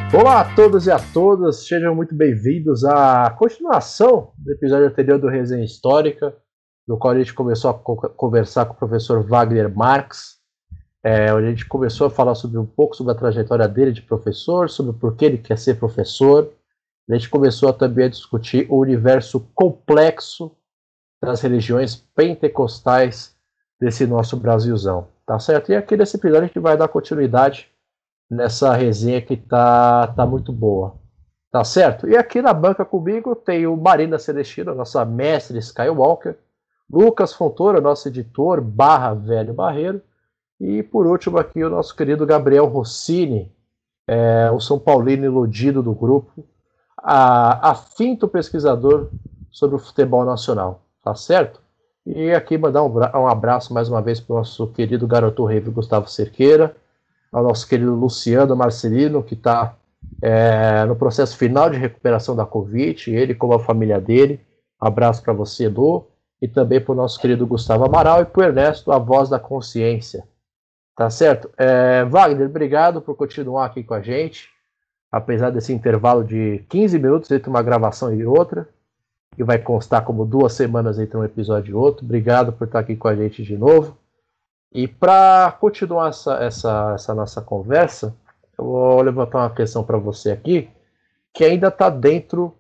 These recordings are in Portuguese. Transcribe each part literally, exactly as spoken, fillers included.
Olá a todos e a todas, sejam muito bem-vindos à continuação do episódio anterior do Resenha Histórica, no qual a gente começou a co- conversar com o professor Wagner Marx, é, onde a gente começou a falar sobre um pouco sobre a trajetória dele de professor, sobre o porquê ele quer ser professor. A gente começou a, também a discutir o universo complexo das religiões pentecostais desse nosso Brasilzão, tá certo? E aqui nesse episódio a gente vai dar continuidade nessa resenha que tá, tá muito boa. Tá certo? E aqui na banca comigo tem o Marina Celestino, nossa mestre Skywalker, Lucas Fontoura, nosso editor, barra Velho Barreiro, e por último aqui o nosso querido Gabriel Rossini, é, o São Paulino iludido do grupo, a, afinto pesquisador sobre o futebol nacional. Tá certo? E aqui mandar um, um abraço mais uma vez para o nosso querido garoto rave Gustavo Cerqueira, ao nosso querido Luciano Marcelino, que está é, no processo final de recuperação da Covid, ele como a família dele. Abraço para você, Edu, e também para o nosso querido Gustavo Amaral e para o Ernesto, a voz da consciência. Tá certo? É, Wagner, obrigado por continuar aqui com a gente, apesar desse intervalo de quinze minutos entre uma gravação e outra, que vai constar como duas semanas entre um episódio e outro. Obrigado por estar aqui com a gente de novo. E para continuar essa, essa, essa nossa conversa, eu vou levantar uma questão para você aqui, que ainda está dentro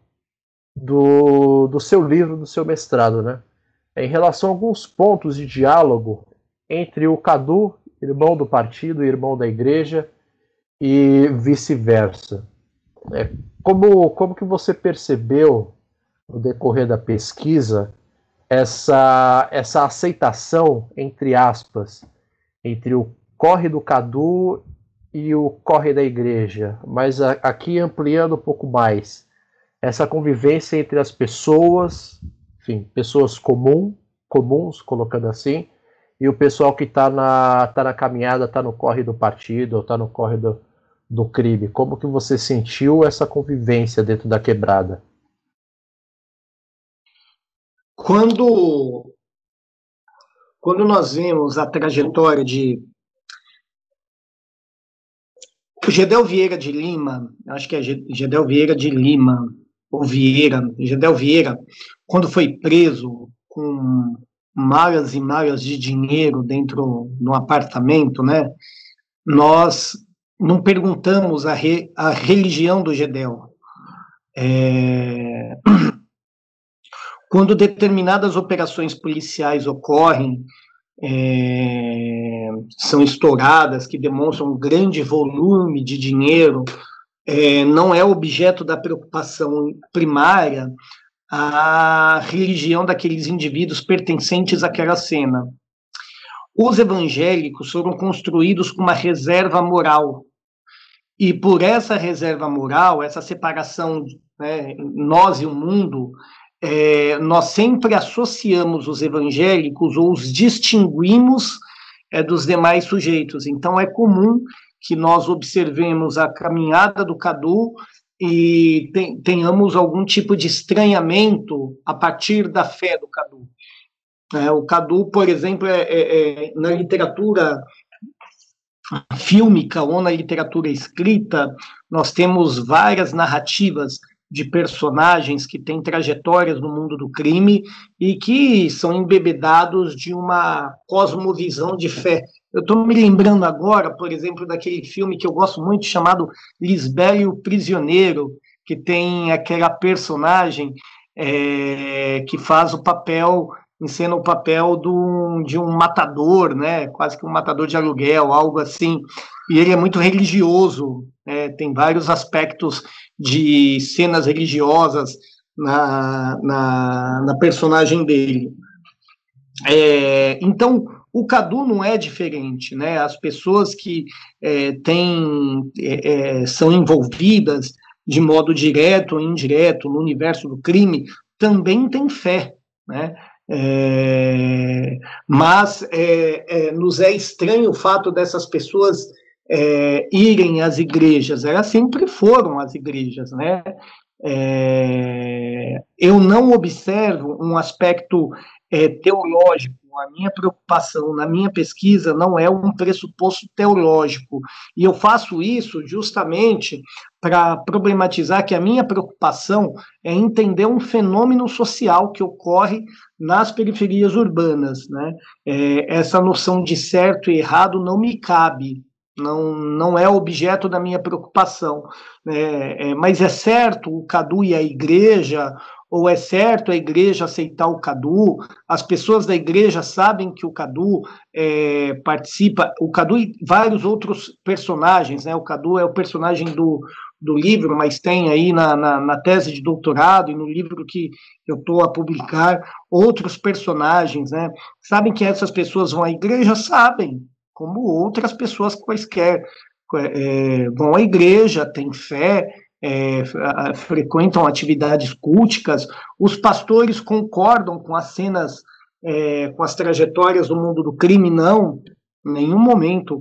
do, do seu livro, do seu mestrado, né? Em relação a alguns pontos de diálogo entre o Cadu, irmão do partido e irmão da igreja, e vice-versa. É, como, como que você percebeu, no decorrer da pesquisa, essa, essa aceitação, entre aspas, entre o corre do Cadu e o corre da igreja, mas a, aqui ampliando um pouco mais, essa convivência entre as pessoas, enfim, pessoas comum, comuns, colocando assim, e o pessoal que está na, tá na caminhada, está no corre do partido, ou está no corre do, do crime. Como que você sentiu essa convivência dentro da quebrada? Quando, quando nós vemos a trajetória de o Gedel Vieira de Lima, acho que é Gedel Vieira de Lima, ou Vieira, Gedel Vieira, quando foi preso com malas e malas de dinheiro dentro do apartamento, né? Nós não perguntamos a, re, a religião do Gedel. É... Quando determinadas operações policiais ocorrem, é, são estouradas, que demonstram um grande volume de dinheiro, é, não é objeto da preocupação primária a religião daqueles indivíduos pertencentes àquela cena. Os evangélicos foram construídos com uma reserva moral, e por essa reserva moral, essa separação, né, nós e o mundo, é, nós sempre associamos os evangélicos ou os distinguimos é, dos demais sujeitos. Então, é comum que nós observemos a caminhada do Cadu e ten, tenhamos algum tipo de estranhamento a partir da fé do Cadu. É, o Cadu, por exemplo, é, é, é, na literatura fílmica ou na literatura escrita, nós temos várias narrativas de personagens que têm trajetórias no mundo do crime e que são embebedados de uma cosmovisão de fé. Eu estou me lembrando agora, por exemplo, daquele filme que eu gosto muito, chamado Lisbela o Prisioneiro, que tem aquela personagem é, que faz o papel, encena o papel do, de um matador, né? Quase que um matador de aluguel, algo assim. E ele é muito religioso, né? Tem vários aspectos de cenas religiosas na, na, na personagem dele. É, então, o Cadu não é diferente, né? As pessoas que é, têm, é, são envolvidas de modo direto ou indireto no universo do crime também têm fé, né? É, mas é, é, nos é estranho o fato dessas pessoas é, irem às igrejas. Elas sempre foram às igrejas, né? É, eu não observo um aspecto é, teológico, um a minha preocupação na minha pesquisa não é um pressuposto teológico, e eu faço isso justamente para problematizar que a minha preocupação é entender um fenômeno social que ocorre nas periferias urbanas, né? É, essa noção de certo e errado não me cabe, não, não é objeto da minha preocupação, é, é, mas é certo o Cadu e a igreja, ou é certo a igreja aceitar o Cadu, as pessoas da igreja sabem que o Cadu é, participa, o Cadu e vários outros personagens, né? O Cadu é o personagem do, do livro, mas tem aí na, na, na tese de doutorado e no livro que eu estou a publicar, outros personagens, né? Sabem que essas pessoas vão à igreja? Sabem, como outras pessoas quaisquer, é, vão à igreja, têm fé, é, frequentam atividades culticas, os pastores concordam com as cenas, é, com as trajetórias do mundo do crime? Não, em nenhum momento.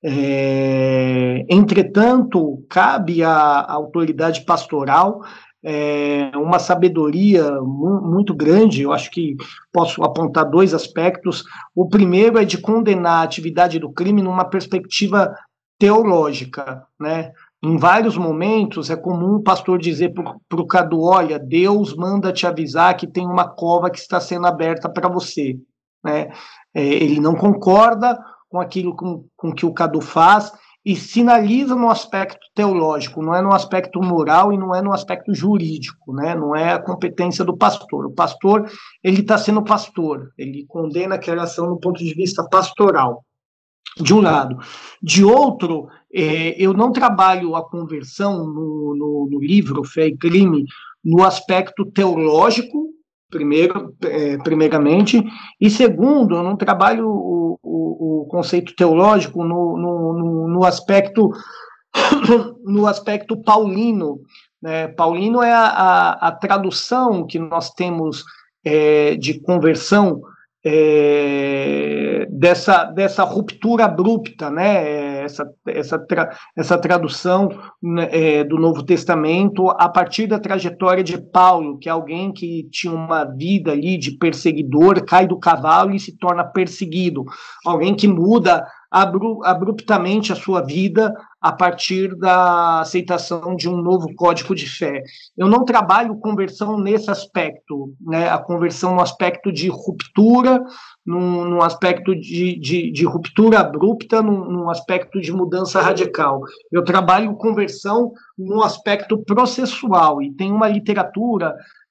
É, entretanto, cabe à, à autoridade pastoral é, uma sabedoria mu muito grande. Eu acho que posso apontar dois aspectos. O primeiro é de condenar a atividade do crime numa perspectiva teológica, né? Em vários momentos é comum o pastor dizer para o Cadu: olha, Deus manda te avisar que tem uma cova que está sendo aberta para você, né? É, ele não concorda com aquilo com, com que o Cadu faz e sinaliza no aspecto teológico, não é no aspecto moral e não é no aspecto jurídico, né? Não é a competência do pastor. O pastor, ele está sendo pastor, ele condena aquela ação no ponto de vista pastoral, de um lado. De outro, é, eu não trabalho a conversão no, no, no livro Fé e Crime no aspecto teológico, primeiro, é, primeiramente, e segundo, eu não trabalho o, o, o conceito teológico no, no, no, no aspecto no aspecto paulino, né? Paulino é a, a, a tradução que nós temos é, de conversão, é, dessa, dessa ruptura abrupta, né? Essa, essa, tra, essa tradução, né, é, do Novo Testamento a partir da trajetória de Paulo, que é alguém que tinha uma vida ali de perseguidor, cai do cavalo e se torna perseguido, alguém que muda abru, abruptamente a sua vida a partir da aceitação de um novo código de fé. Eu não trabalho conversão nesse aspecto, né? A conversão no aspecto de ruptura, num, num aspecto de, de, de ruptura abrupta, num, num aspecto de mudança radical. Eu trabalho conversão no aspecto processual, e tem uma literatura.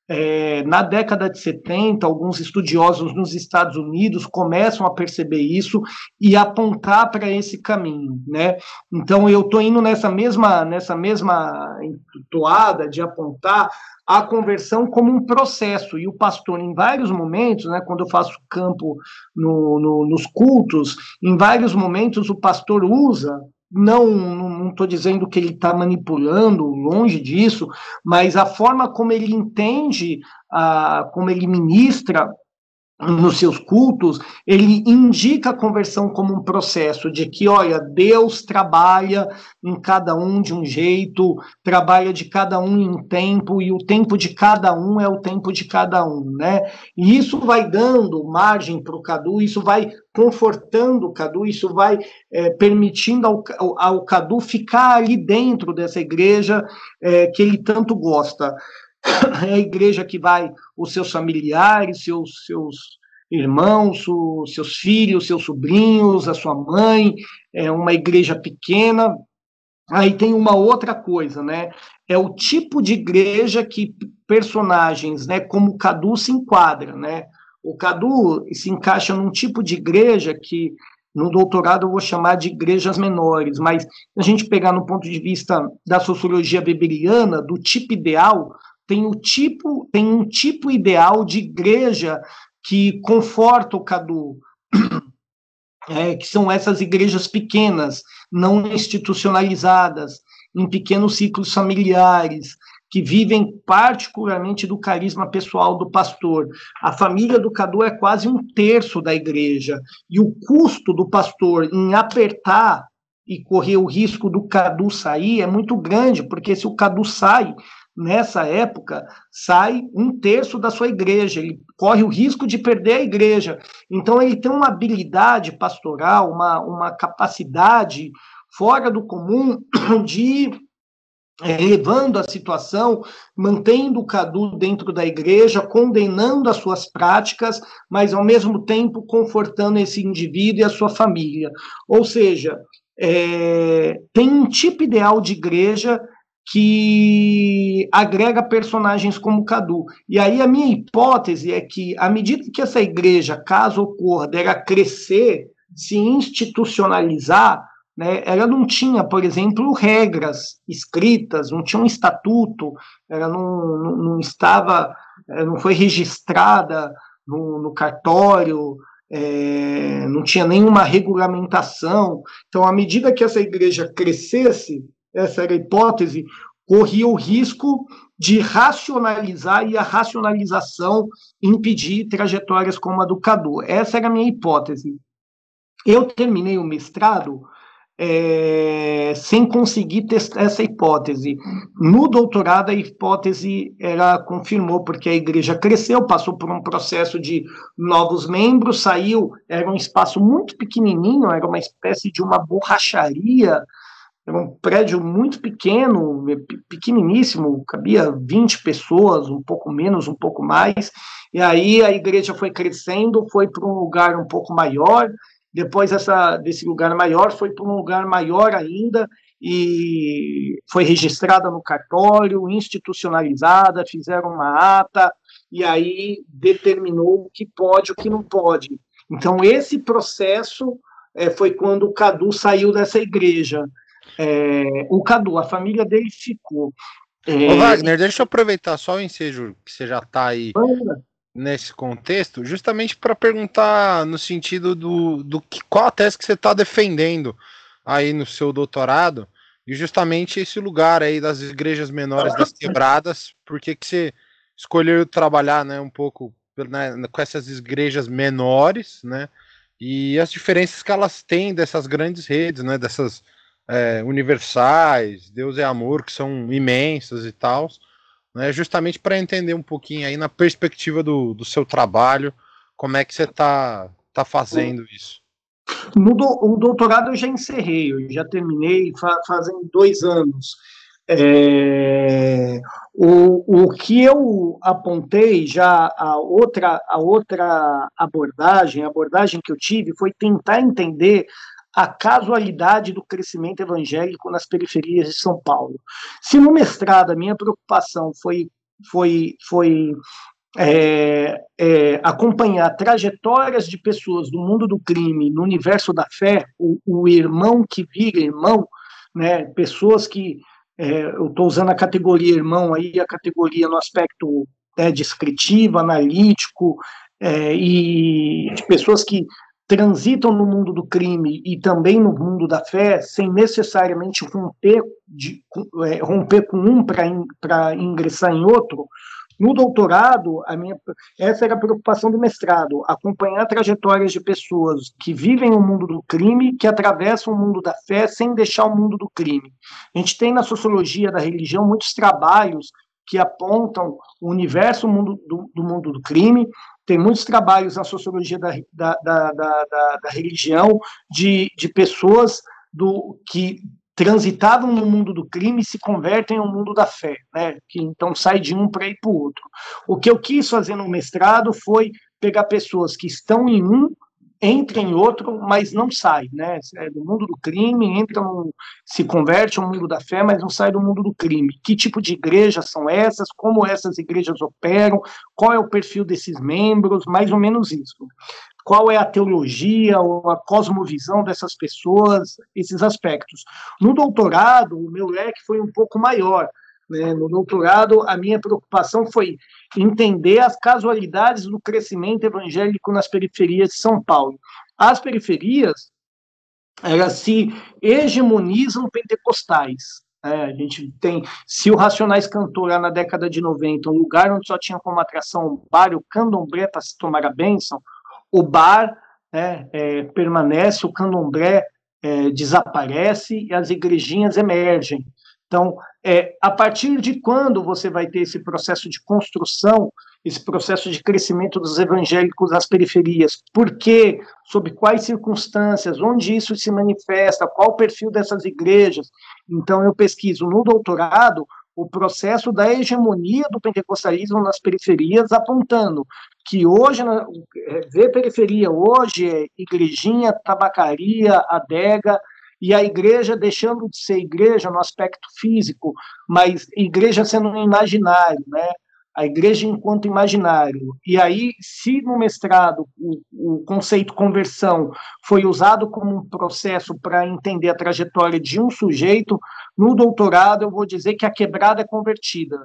É, na década de setenta, alguns estudiosos nos Estados Unidos começam a perceber isso e apontar para esse caminho, né? Então, eu estou indo nessa mesma, nessa mesma toada de apontar a conversão como um processo, e o pastor, em vários momentos, né, quando eu faço campo no, no, nos cultos, em vários momentos o pastor usa. Não, não estou dizendo que ele está manipulando, longe disso, mas a forma como ele entende, a, como ele ministra nos seus cultos, ele indica a conversão como um processo de que, olha, Deus trabalha em cada um de um jeito, trabalha de cada um em um tempo, e o tempo de cada um é o tempo de cada um, né? E isso vai dando margem para o Cadu, isso vai confortando o Cadu, isso vai é, permitindo ao, ao, ao Cadu ficar ali dentro dessa igreja é, que ele tanto gosta. É a igreja que vai os seus familiares, seus, seus irmãos, os seus filhos, seus sobrinhos, a sua mãe, é uma igreja pequena. Aí tem uma outra coisa, né? É o tipo de igreja que personagens, né, como o Cadu se enquadra, né? O Cadu se encaixa num tipo de igreja que, no doutorado, eu vou chamar de igrejas menores, mas se a gente pegar no ponto de vista da sociologia weberiana, do tipo ideal, tem, o tipo, tem um tipo ideal de igreja que conforta o Cadu, é, que são essas igrejas pequenas, não institucionalizadas, em pequenos ciclos familiares, que vivem particularmente do carisma pessoal do pastor. A família do Cadu é quase um terço da igreja, e o custo do pastor em apertar e correr o risco do Cadu sair é muito grande, porque se o Cadu sai, nessa época, sai um terço da sua igreja. Ele, corre o risco de perder a igreja. Então, ele tem uma habilidade pastoral, uma, uma capacidade fora do comum de, é, levando a situação, mantendo o Cadu dentro da igreja, condenando as suas práticas, mas, ao mesmo tempo, confortando esse indivíduo e a sua família. Ou seja, é, tem um tipo ideal de igreja que agrega personagens como Cadu. E aí a minha hipótese é que, à medida que essa igreja, caso ocorra, dera crescer, se institucionalizar, né, ela não tinha, por exemplo, regras escritas, não tinha um estatuto, ela não, não, não estava, não foi registrada no, no cartório, é, não tinha nenhuma regulamentação. Então, à medida que essa igreja crescesse, essa era a hipótese, corria o risco de racionalizar e a racionalização impedir trajetórias como a do Cadu. Essa era a minha hipótese. Eu terminei o mestrado é, sem conseguir testar essa hipótese. No doutorado, a hipótese ela confirmou, porque a igreja cresceu, passou por um processo de novos membros, saiu, era um espaço muito pequenininho, era uma espécie de uma borracharia. Era um prédio muito pequeno, pequeniníssimo, cabia vinte pessoas, um pouco menos, um pouco mais, e aí a igreja foi crescendo, foi para um lugar um pouco maior, depois essa, desse lugar maior foi para um lugar maior ainda, e foi registrada no cartório, institucionalizada, fizeram uma ata, e aí determinou o que pode e o que não pode. Então, esse processo é, foi quando o Cadu saiu dessa igreja. É, o Cadu, a família dele ficou. É... Ô Wagner, deixa eu aproveitar só o ensejo que você já está aí Manda. Nesse contexto, justamente para perguntar no sentido do, do que, qual a tese que você está defendendo aí no seu doutorado, e justamente esse lugar aí das igrejas menores das quebradas, por que que você escolheu trabalhar, né, um pouco, né, com essas igrejas menores, né, e as diferenças que elas têm dessas grandes redes, né, dessas é, universais, Deus é Amor, que são imensas e tal, né, justamente para entender um pouquinho aí na perspectiva do, do seu trabalho, como é que você está tá fazendo isso. No do, o doutorado eu já encerrei, eu já terminei fa, fazem dois anos. É, o, o que eu apontei já, a outra, a outra abordagem, a abordagem que eu tive foi tentar entender a casualidade do crescimento evangélico nas periferias de São Paulo. Se no mestrado a minha preocupação foi, foi, foi é, é, acompanhar trajetórias de pessoas do mundo do crime, no universo da fé, o, o irmão que vira irmão, né, pessoas que, é, eu estou usando a categoria irmão aí, a categoria no aspecto é, descritivo, analítico, é, e de pessoas que transitam no mundo do crime e também no mundo da fé, sem necessariamente romper, de, é, romper com um para in, ingressar em outro. No doutorado, a minha, essa era a preocupação do mestrado, acompanhar trajetórias de pessoas que vivem o mundo do crime, que atravessam o mundo da fé sem deixar o mundo do crime. A gente tem na sociologia da religião muitos trabalhos que apontam o universo mundo do, do mundo do crime. Tem muitos trabalhos na sociologia da, da, da, da, da religião de, de pessoas do, que transitavam no mundo do crime e se convertem ao mundo da fé, né? Que então sai de um para ir para o outro. O que eu quis fazer no mestrado foi pegar pessoas que estão em um, entram em outro, mas não saem, né? É do mundo do crime, entram, se converte ao mundo da fé, mas não sai do mundo do crime. Que tipo de igrejas são essas? Como essas igrejas operam? Qual é o perfil desses membros? Mais ou menos isso. Qual é a teologia ou a cosmovisão dessas pessoas, esses aspectos. No doutorado, o meu leque foi um pouco maior. Né? No doutorado, a minha preocupação foi entender as casualidades do crescimento evangélico nas periferias de São Paulo. As periferias, elas se hegemonizam pentecostais. É, a gente tem, se o Racionais cantou lá na década de noventa, um lugar onde só tinha como atração o bar e o candomblé para se tomar a bênção, o bar é, é, permanece, o candomblé é, desaparece e as igrejinhas emergem. Então, é, a partir de quando você vai ter esse processo de construção esse processo de crescimento dos evangélicos nas periferias? Por quê? Sob quais circunstâncias? Onde isso se manifesta? Qual o perfil dessas igrejas? Então, eu pesquiso no doutorado o processo da hegemonia do pentecostalismo nas periferias, apontando que hoje, ver periferia hoje é igrejinha, tabacaria, adega, e a igreja deixando de ser igreja no aspecto físico, mas igreja sendo um imaginário, né? A igreja enquanto imaginário. E aí, se no mestrado o, o conceito conversão foi usado como um processo para entender a trajetória de um sujeito, no doutorado eu vou dizer que a quebrada é convertida.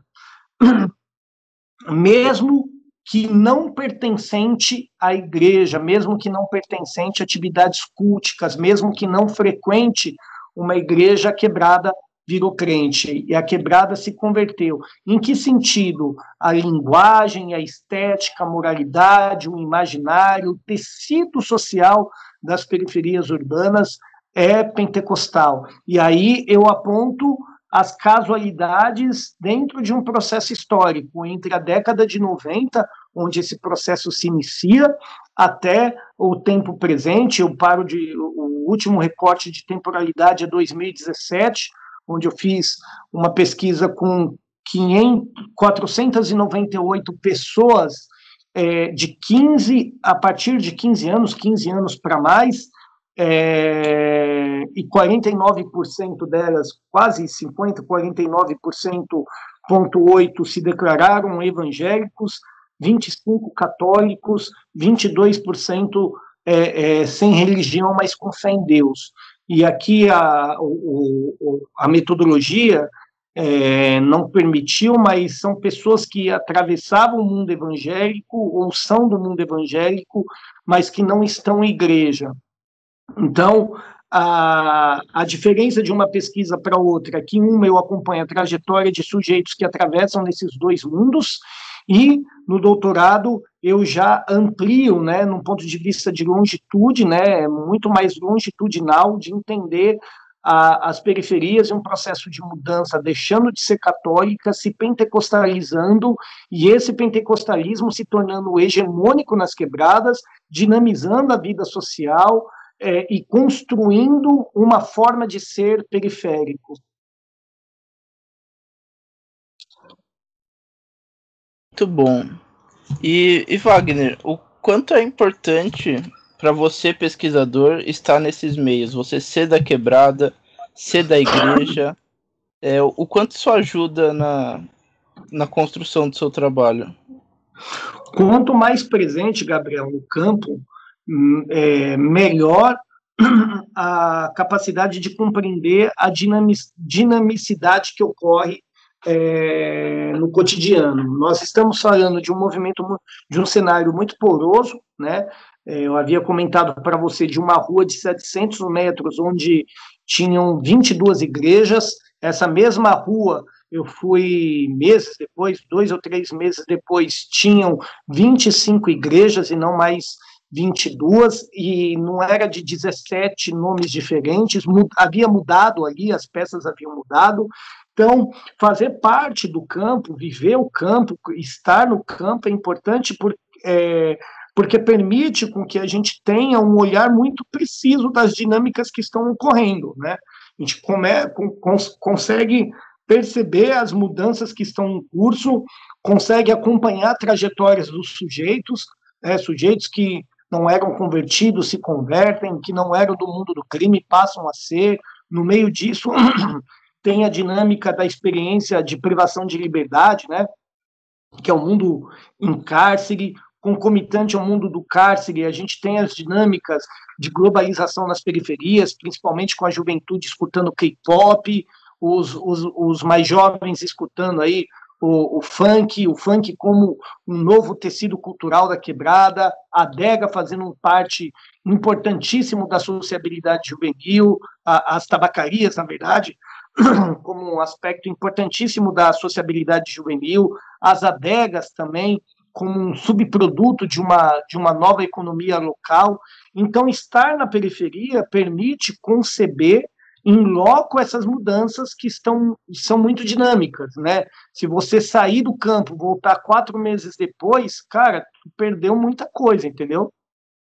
Mesmo que não pertencente à igreja, mesmo que não pertencente a atividades culticas, mesmo que não frequente uma igreja, a quebrada virou crente, e a quebrada se converteu. Em que sentido? A linguagem, a estética, a moralidade, o imaginário, o tecido social das periferias urbanas é pentecostal. E aí eu aponto as casualidades dentro de um processo histórico, entre a década de noventa, onde esse processo se inicia, até o tempo presente. Eu paro de... O último recorte de temporalidade é dois mil e dezessete, onde eu fiz uma pesquisa com quatrocentas e noventa e oito pessoas é, de quinze, a partir de quinze anos, quinze anos para mais, é, e quarenta e nove por cento delas, quase cinquenta, quarenta e nove por cento, ponto oito, se declararam evangélicos, vinte e cinco por cento católicos, vinte e dois por cento é, é, sem religião, mas com fé em Deus. E aqui a, o, a metodologia é, não permitiu, mas são pessoas que atravessavam o mundo evangélico, ou são do mundo evangélico, mas que não estão em igreja. Então, a, a diferença de uma pesquisa para outra é que uma eu acompanho a trajetória de sujeitos que atravessam nesses dois mundos, e no doutorado eu já amplio, né, num ponto de vista de longitude, né, muito mais longitudinal, de entender a, as periferias e um processo de mudança, deixando de ser católica, se pentecostalizando, e esse pentecostalismo se tornando hegemônico nas quebradas, dinamizando a vida social é, e construindo uma forma de ser periférico. Muito bom. E, e Wagner, o quanto é importante para você, pesquisador, estar nesses meios? Você ser da quebrada, ser da igreja, é, o quanto isso ajuda na, na construção do seu trabalho? Quanto mais presente, Gabriel, no campo, é, melhor a capacidade de compreender a dinamicidade que ocorre É, no cotidiano. Nós estamos falando de um movimento, de um cenário muito poroso, né? É, eu havia comentado para você de uma rua de setecentos metros, onde tinham vinte e duas igrejas. Essa mesma rua, eu fui meses depois, dois ou três meses depois, tinham vinte e cinco igrejas e não mais vinte e duas, e não era de dezessete nomes diferentes, havia mudado ali, as peças haviam mudado. Então, fazer parte do campo, viver o campo, estar no campo é importante por, é, porque permite com que a gente tenha um olhar muito preciso das dinâmicas que estão ocorrendo, né? A gente come, cons, consegue perceber as mudanças que estão em curso, consegue acompanhar trajetórias dos sujeitos, né, sujeitos que não eram convertidos se convertem, que não eram do mundo do crime passam a ser. No meio disso tem a dinâmica da experiência de privação de liberdade, né, que é o mundo em cárcere, concomitante ao mundo do cárcere. A gente tem as dinâmicas de globalização nas periferias, principalmente com a juventude escutando K-pop, os, os, os mais jovens escutando aí o, o funk, o funk como um novo tecido cultural da quebrada, a adega fazendo parte importantíssimo da sociabilidade juvenil, a, as tabacarias, na verdade, como um aspecto importantíssimo da sociabilidade juvenil, as adegas também como um subproduto de uma, de uma nova economia local. Então, estar na periferia permite conceber em loco essas mudanças que estão, são muito dinâmicas, né? Se você sair do campo, voltar quatro meses depois, cara, tu perdeu muita coisa, entendeu?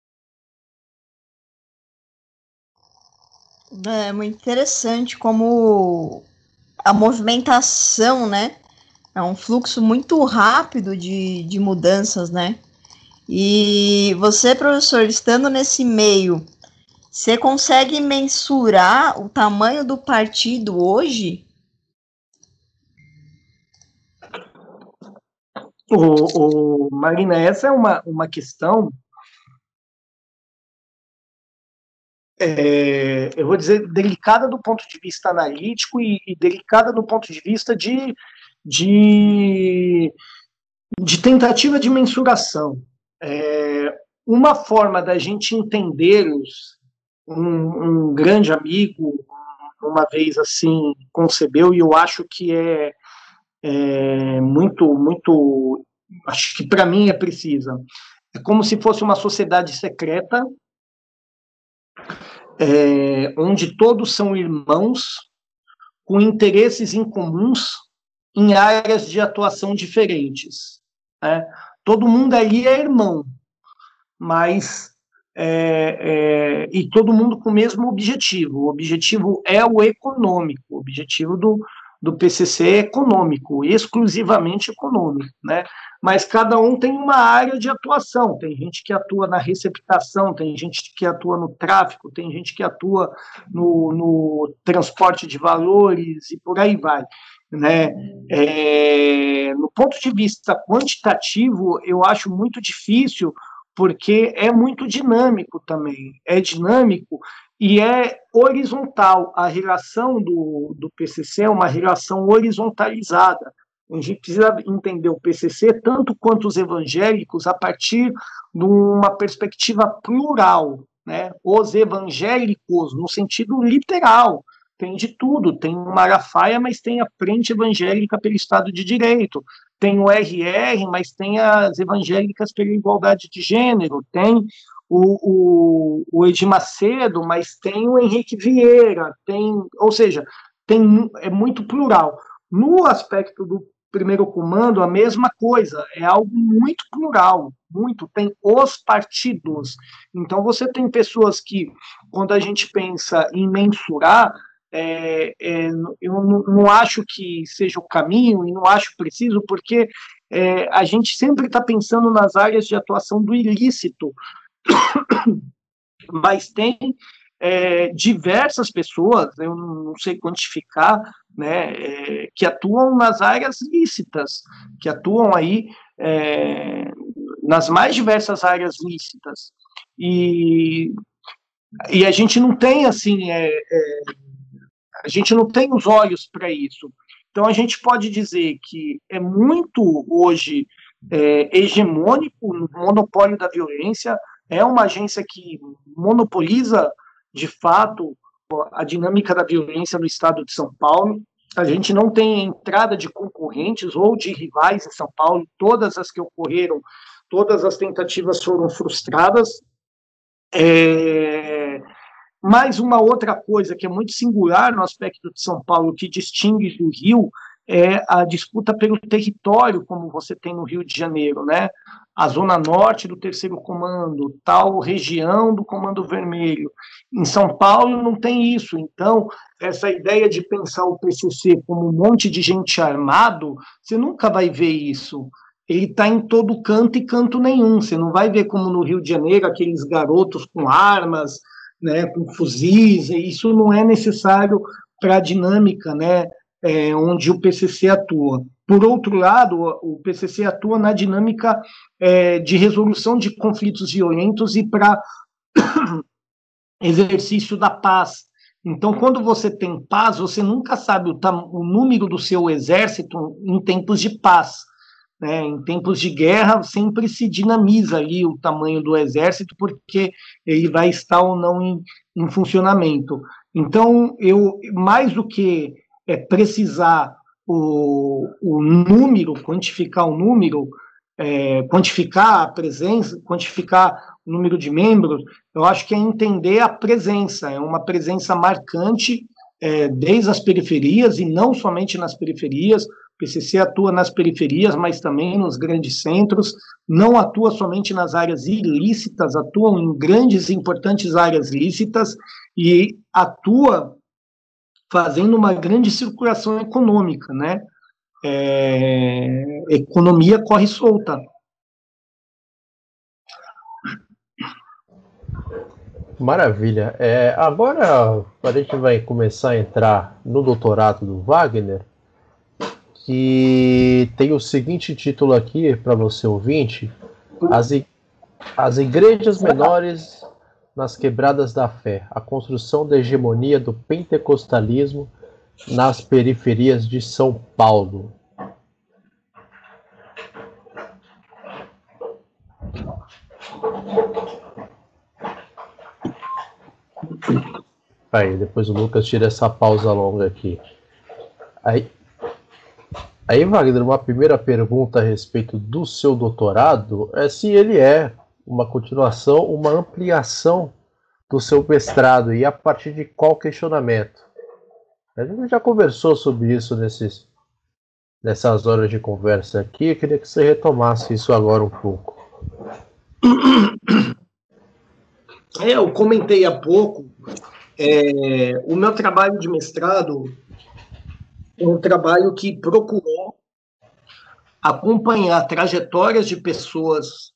É muito interessante como a movimentação, né? É um fluxo muito rápido de, de mudanças, né? E você, professor, estando nesse meio, você consegue mensurar o tamanho do partido hoje? O, o Marina, essa é uma, uma questão, é, eu vou dizer, delicada do ponto de vista analítico e, e delicada do ponto de vista de, de, de tentativa de mensuração. É, uma forma da gente entender-os, um, um grande amigo, uma vez assim, concebeu, e eu acho que é, é muito, muito, acho que para mim é precisa. É como se fosse uma sociedade secreta, é, onde todos são irmãos, com interesses em comuns em áreas de atuação diferentes. Né? Todo mundo ali é irmão, mas é, é, e todo mundo com o mesmo objetivo. O objetivo é o econômico, o objetivo do, do P C C é econômico, exclusivamente econômico, né? Mas cada um tem uma área de atuação. Tem gente que atua na receptação, tem gente que atua no tráfico, tem gente que atua no, no transporte de valores e por aí vai. Né? É, no ponto de vista quantitativo, eu acho muito difícil, porque é muito dinâmico também, é dinâmico e é horizontal. A relação do, do P C C é uma relação horizontalizada. A gente precisa entender o P C C tanto quanto os evangélicos a partir de uma perspectiva plural, né? Os evangélicos, no sentido literal, tem de tudo, tem o Malafaia, mas tem a Frente Evangélica pelo Estado de Direito, tem o R R, mas tem as evangélicas pela igualdade de gênero, tem o, o, o Edir Macedo, mas tem o Henrique Vieira, tem, ou seja, tem, é muito plural. No aspecto do primeiro comando, a mesma coisa, é algo muito plural, muito, tem os partidos. Então, você tem pessoas que, quando a gente pensa em mensurar, É, é, eu não, não acho que seja o caminho e não acho preciso, porque é, a gente sempre está pensando nas áreas de atuação do ilícito, mas tem é, diversas pessoas, eu não sei quantificar, né, é, que atuam nas áreas lícitas, que atuam aí é, nas mais diversas áreas lícitas. E, e a gente não tem, assim, é, é, a gente não tem os olhos para isso. Então, a gente pode dizer que é muito, hoje, é, hegemônico no monopólio da violência, é uma agência que monopoliza, de fato, a dinâmica da violência no estado de São Paulo. A gente não tem entrada de concorrentes ou de rivais em São Paulo. Todas as que ocorreram, todas as tentativas foram frustradas. É... Mas uma outra coisa que é muito singular no aspecto de São Paulo, que distingue do Rio, é a disputa pelo território, como você tem no Rio de Janeiro, né? A zona norte do terceiro comando, tal região do comando vermelho. Em São Paulo não tem isso. Então, essa ideia de pensar o P C C como um monte de gente armado, você nunca vai ver isso. Ele está em todo canto e canto nenhum. Você não vai ver como no Rio de Janeiro, aqueles garotos com armas, né, com fuzis, e isso não é necessário para a dinâmica, né, é, onde o P C C atua. Por outro lado, o P C C atua na dinâmica é, de resolução de conflitos violentos e para exercício da paz. Então, quando você tem paz, você nunca sabe o, o número do seu exército em tempos de paz. Né, em tempos de guerra, sempre se dinamiza ali o tamanho do exército, porque ele vai estar ou não em, em funcionamento. Então, eu, mais do que é, precisar o, o número, quantificar o número, é, quantificar a presença, quantificar o número de membros, eu acho que é entender a presença, é uma presença marcante é, desde as periferias, e não somente nas periferias. O P C C atua nas periferias, mas também nos grandes centros, não atua somente nas áreas ilícitas, atuam em grandes e importantes áreas lícitas, e atua fazendo uma grande circulação econômica, né? É, economia corre solta. Maravilha. É, agora a gente vai começar a entrar no doutorado do Wagner, que tem o seguinte título aqui para você ouvinte: as, as igrejas menores nas quebradas da fé, a construção da hegemonia do pentecostalismo nas periferias de São Paulo. Aí, depois o Lucas tira essa pausa longa aqui. Aí, aí, Wagner, uma primeira pergunta a respeito do seu doutorado é se ele é uma continuação, uma ampliação do seu mestrado, e a partir de qual questionamento? A gente já conversou sobre isso nesses, nessas horas de conversa aqui. Eu queria que você retomasse isso agora um pouco. É, eu comentei há pouco, é, o meu trabalho de mestrado é um trabalho que procurou acompanhar trajetórias de pessoas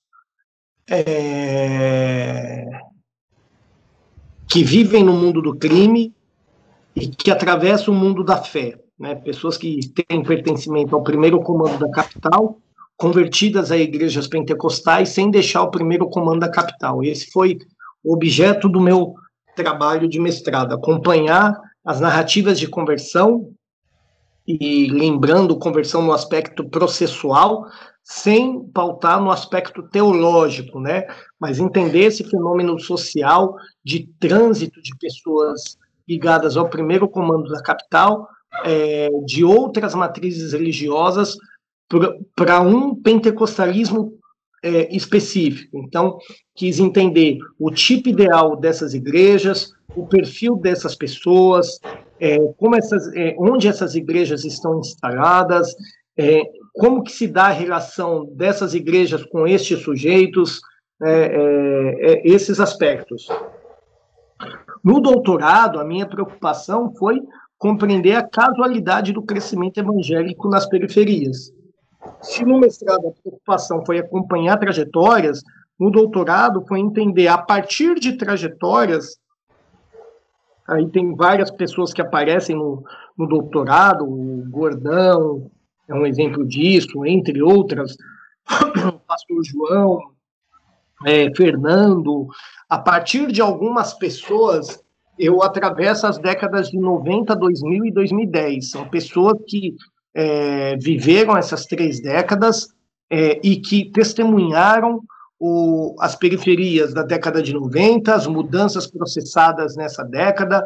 é, que vivem no mundo do crime e que atravessam o mundo da fé, né? Pessoas que têm pertencimento ao primeiro comando da capital, convertidas a igrejas pentecostais, sem deixar o primeiro comando da capital. Esse foi o objeto do meu trabalho de mestrado, acompanhar as narrativas de conversão, e lembrando conversão no aspecto processual, sem pautar no aspecto teológico, né? Mas entender esse fenômeno social de trânsito de pessoas ligadas ao primeiro comando da capital, é, de outras matrizes religiosas, para um pentecostalismo é, específico. Então, quis entender o tipo ideal dessas igrejas, o perfil dessas pessoas, é, como essas, é, onde essas igrejas estão instaladas, é, como que se dá a relação dessas igrejas com estes sujeitos, é, é, é, esses aspectos. No doutorado, a minha preocupação foi compreender a casualidade do crescimento evangélico nas periferias. Se no mestrado a preocupação foi acompanhar trajetórias, no doutorado foi entender, a partir de trajetórias, aí tem várias pessoas que aparecem no, no doutorado, o Gordão é um exemplo disso, entre outras, o pastor João, é, Fernando. A partir de algumas pessoas, eu atravesso as décadas de noventa, dois mil e dois mil e dez. São pessoas que é, viveram essas três décadas é, e que testemunharam o, as periferias da década de noventa, as mudanças processadas nessa década,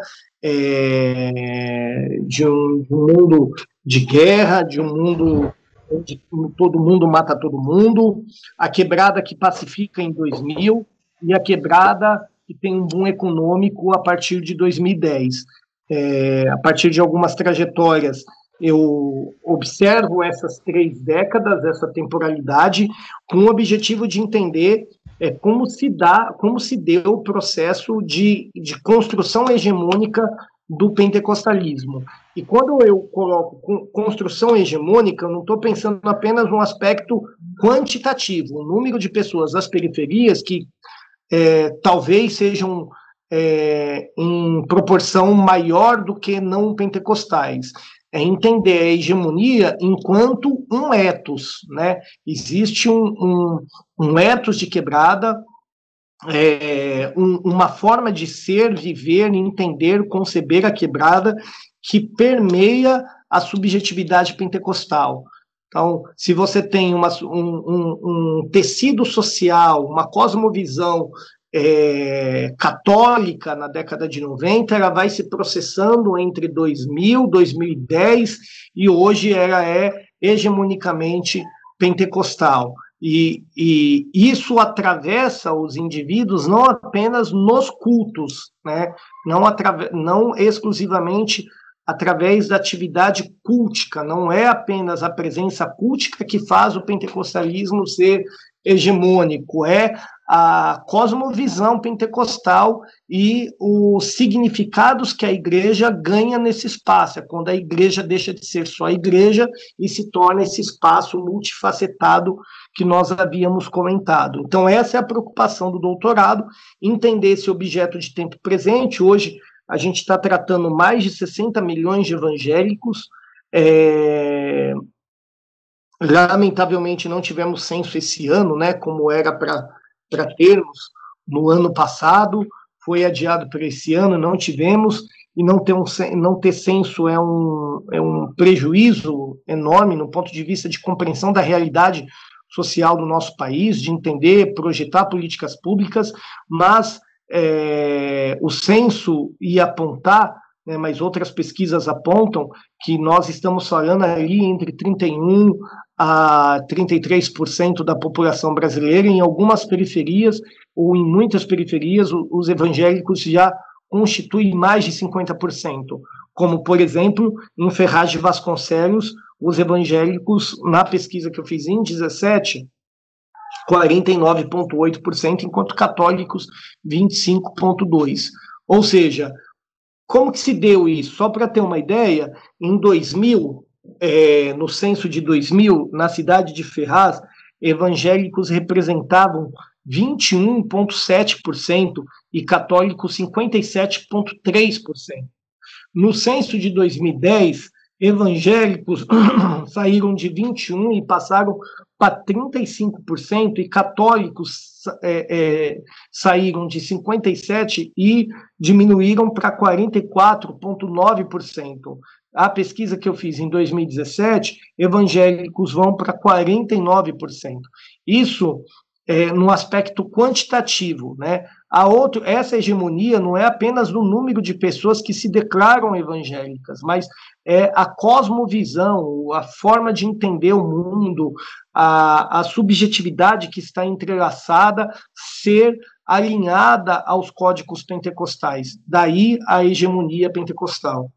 é, de, um, de um mundo de guerra, de um mundo onde todo mundo mata todo mundo, a quebrada que pacifica em dois mil e a quebrada que tem um boom econômico a partir de dois mil e dez. É, a partir de algumas trajetórias, eu observo essas três décadas, essa temporalidade, com o objetivo de entender é, como se dá, como se deu o processo de, de construção hegemônica do pentecostalismo. E quando eu coloco construção hegemônica, eu não estou pensando apenas no aspecto quantitativo, o número de pessoas das periferias que é, talvez sejam é, em proporção maior do que não pentecostais. É entender a hegemonia enquanto um ethos, né? Existe um, um, um ethos de quebrada, é, um, uma forma de ser, viver, entender, conceber a quebrada que permeia a subjetividade pentecostal. Então, se você tem uma, um, um, um tecido social, uma cosmovisão é, católica na década de noventa, ela vai se processando entre dois mil, dois mil e dez, e hoje ela é hegemonicamente pentecostal. E, e isso atravessa os indivíduos não apenas nos cultos, né? não, atrave- não exclusivamente através da atividade cultica, não é apenas a presença cultica que faz o pentecostalismo ser hegemônico, é a cosmovisão pentecostal e os significados que a igreja ganha nesse espaço, é quando a igreja deixa de ser só igreja e se torna esse espaço multifacetado que nós havíamos comentado. Então, essa é a preocupação do doutorado, entender esse objeto de tempo presente. Hoje, a gente está tratando mais de sessenta milhões de evangélicos. É... Lamentavelmente, não tivemos censo esse ano, né, como era para termos no ano passado, foi adiado para esse ano, não tivemos, e não ter, um, não ter censo é um, é um prejuízo enorme no ponto de vista de compreensão da realidade social do nosso país, de entender, projetar políticas públicas, mas é, o censo ia apontar, né, mas outras pesquisas apontam que nós estamos falando ali entre trinta e um por cento a trinta e três por cento da população brasileira. Em algumas periferias, ou em muitas periferias, os evangélicos já constituem mais de cinquenta por cento, como, por exemplo, em Ferraz de Vasconcelos, os evangélicos, na pesquisa que eu fiz em dezessete, quarenta e nove vírgula oito por cento, enquanto católicos, vinte e cinco vírgula dois por cento. Ou seja, como que se deu isso? Só para ter uma ideia, em dois mil, é, no censo de dois mil, na cidade de Ferraz, evangélicos representavam vinte e um vírgula sete por cento e católicos cinquenta e sete vírgula três por cento. No censo de dois mil e dez, evangélicos saíram de vinte e um por cento e passaram para trinta e cinco por cento, e católicos é, é, saíram de cinquenta e sete por cento e diminuíram para quarenta e quatro vírgula nove por cento. A pesquisa que eu fiz em dois mil e dezessete, evangélicos vão para quarenta e nove por cento. Isso é, no aspecto quantitativo, né? A outro, essa hegemonia não é apenas no número de pessoas que se declaram evangélicas, mas é a cosmovisão, a forma de entender o mundo, a, a subjetividade que está entrelaçada, ser alinhada aos códigos pentecostais. Daí a hegemonia pentecostal.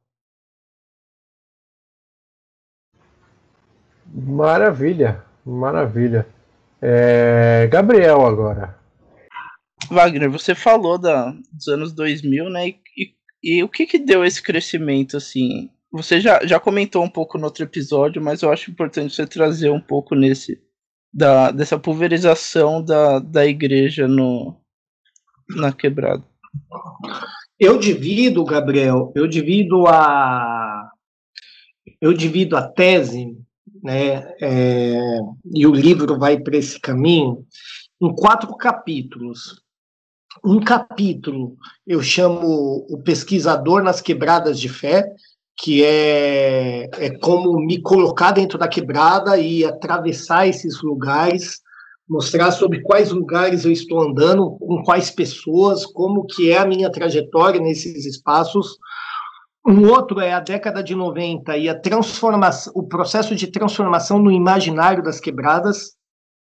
Maravilha, maravilha. É, Gabriel agora. Wagner, você falou da, dos anos dois mil, né? E, e, e o que que deu esse crescimento, assim? Você já, já comentou um pouco no outro episódio, mas eu acho importante você trazer um pouco nesse da, dessa pulverização da, da igreja no, na quebrada. Eu divido, Gabriel, eu divido a eu divido a tese, né? É, e o livro vai para esse caminho em quatro capítulos. Um capítulo eu chamo o pesquisador nas quebradas de fé, que é, é como me colocar dentro da quebrada e atravessar esses lugares, mostrar sobre quais lugares eu estou andando, com quais pessoas, como que é a minha trajetória nesses espaços. Um outro é a década de noventa e a transformação, o processo de transformação no imaginário das quebradas.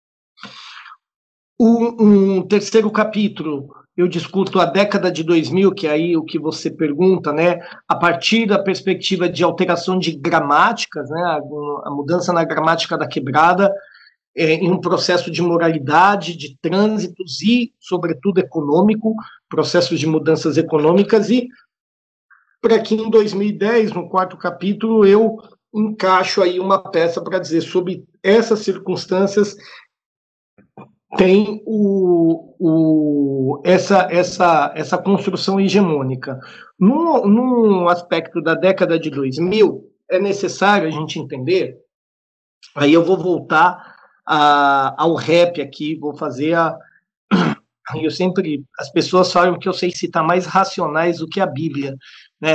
Um, um terceiro capítulo, eu discuto a década de dois mil, que é aí o que você pergunta, né? A partir da perspectiva de alteração de gramáticas, né? A, a mudança na gramática da quebrada, é, em um processo de moralidade, de trânsitos e, sobretudo, econômico, processos de mudanças econômicas. E para que em dois mil e dez, no quarto capítulo, eu encaixo aí uma peça para dizer sobre essas circunstâncias tem o, o, essa, essa, essa construção hegemônica. Num, num aspecto da década de dois mil, é necessário a gente entender, aí eu vou voltar a, ao rap aqui, vou fazer a... Eu sempre... As pessoas falam que eu sei citar mais Racionais do que a Bíblia, né?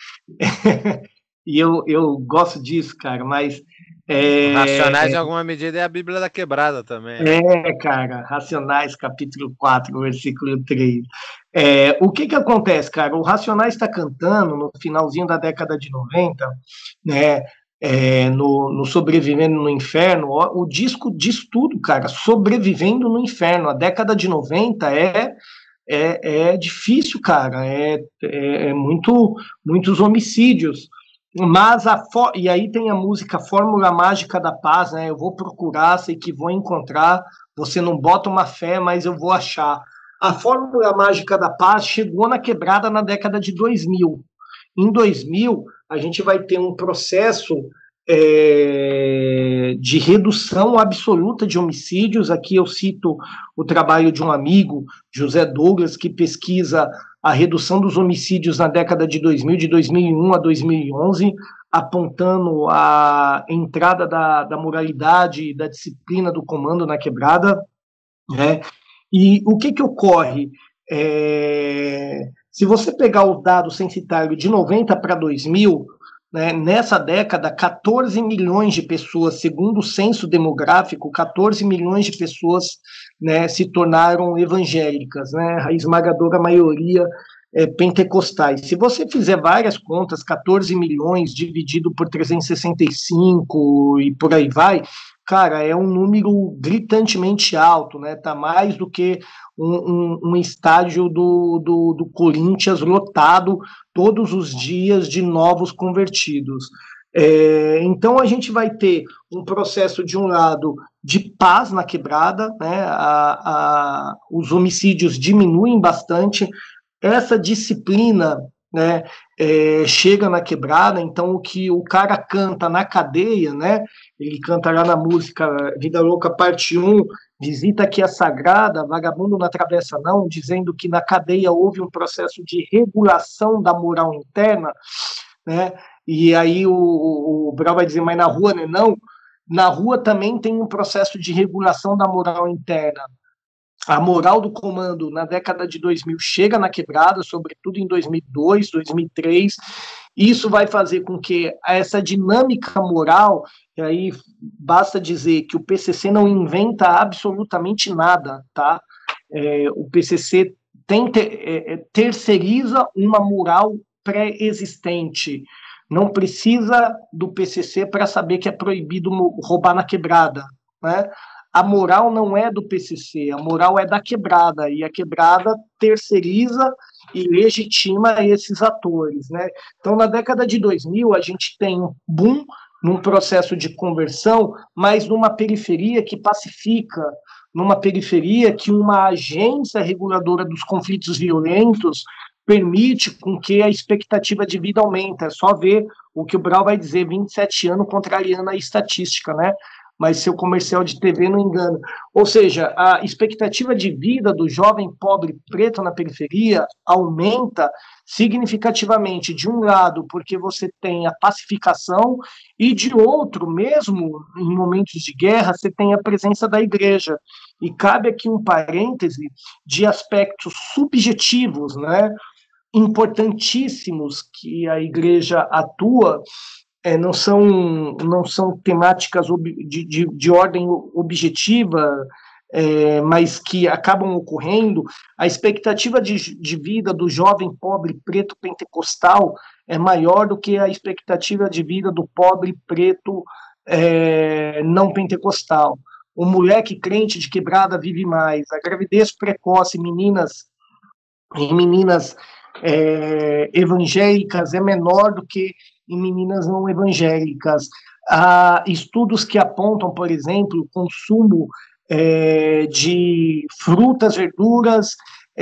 E eu, eu gosto disso, cara, mas... É, Racionais, em alguma medida, é a Bíblia da Quebrada também. É, cara, Racionais, capítulo quatro, versículo três. É, o que que acontece, cara? O Racionais está cantando, no finalzinho da década de noventa, né, é, no, no Sobrevivendo no Inferno, o disco diz tudo, cara, Sobrevivendo no Inferno. A década de noventa é, é, é difícil, cara, é, é, é muito, muitos homicídios. Mas a e aí tem a música Fórmula Mágica da Paz, né? Eu vou procurar, sei que vou encontrar. Você não bota uma fé, mas eu vou achar. A Fórmula Mágica da Paz chegou na quebrada na década de dois mil. Em dois mil, a gente vai ter um processo é, de redução absoluta de homicídios. Aqui eu cito o trabalho de um amigo, José Douglas, que pesquisa a redução dos homicídios na década de dois mil, de dois mil e um a dois mil e onze, apontando a entrada da, da moralidade e da disciplina do comando na quebrada, né? E o que que ocorre? É, se você pegar o dado censitário de noventa para dois mil, né, nessa década, quatorze milhões de pessoas, segundo o censo demográfico, quatorze milhões de pessoas, né, se tornaram evangélicas, né, a esmagadora maioria é, pentecostais. Se você fizer várias contas, quatorze milhões dividido por trezentos e sessenta e cinco e por aí vai, cara, é um número gritantemente alto, né? Tá mais do que um, um, um estádio do, do, do Corinthians lotado todos os dias de novos convertidos. É, então a gente vai ter um processo, de um lado, de paz na quebrada, né? a, a, os homicídios diminuem bastante, essa disciplina, né, é, chega na quebrada. Então o que o cara canta na cadeia, né, ele canta lá na música Vida Louca parte um, visita aqui a sagrada, vagabundo não atravessa não, dizendo que na cadeia houve um processo de regulação da moral interna, né, e aí o, o, o Brau vai dizer, mas na rua né, não, na rua também tem um processo de regulação da moral interna. A moral do comando na década de dois mil chega na quebrada, sobretudo em dois mil e dois, dois mil e três. Isso vai fazer com que essa dinâmica moral, e aí basta dizer que o P C C não inventa absolutamente nada, tá? É, o P C C tem, é, terceiriza uma moral pré-existente. Não precisa do P C C para saber que é proibido roubar na quebrada, né? A moral não é do P C C, a moral é da quebrada, e a quebrada terceiriza e legitima esses atores, né? Então, na década de dois mil, a gente tem um boom num processo de conversão, mas numa periferia que pacifica, numa periferia que uma agência reguladora dos conflitos violentos permite com que a expectativa de vida aumente. É só ver o que o Brau vai dizer, vinte e sete anos contrariando a estatística, né? Mas seu comercial de T V não engana. Ou seja, a expectativa de vida do jovem pobre preto na periferia aumenta significativamente, de um lado, porque você tem a pacificação, e de outro, mesmo em momentos de guerra, você tem a presença da igreja. E cabe aqui um parêntese de aspectos subjetivos, né, importantíssimos que a igreja atua. É, não, são, não são temáticas ob, de, de, de ordem objetiva, é, mas que acabam ocorrendo. A expectativa de, de vida do jovem pobre preto pentecostal é maior do que a expectativa de vida do pobre preto é, não pentecostal. O moleque crente de quebrada vive mais. A gravidez precoce, meninas em meninas é, evangélicas é menor do que em meninas não evangélicas. Há estudos que apontam, por exemplo, o consumo é, de frutas, verduras,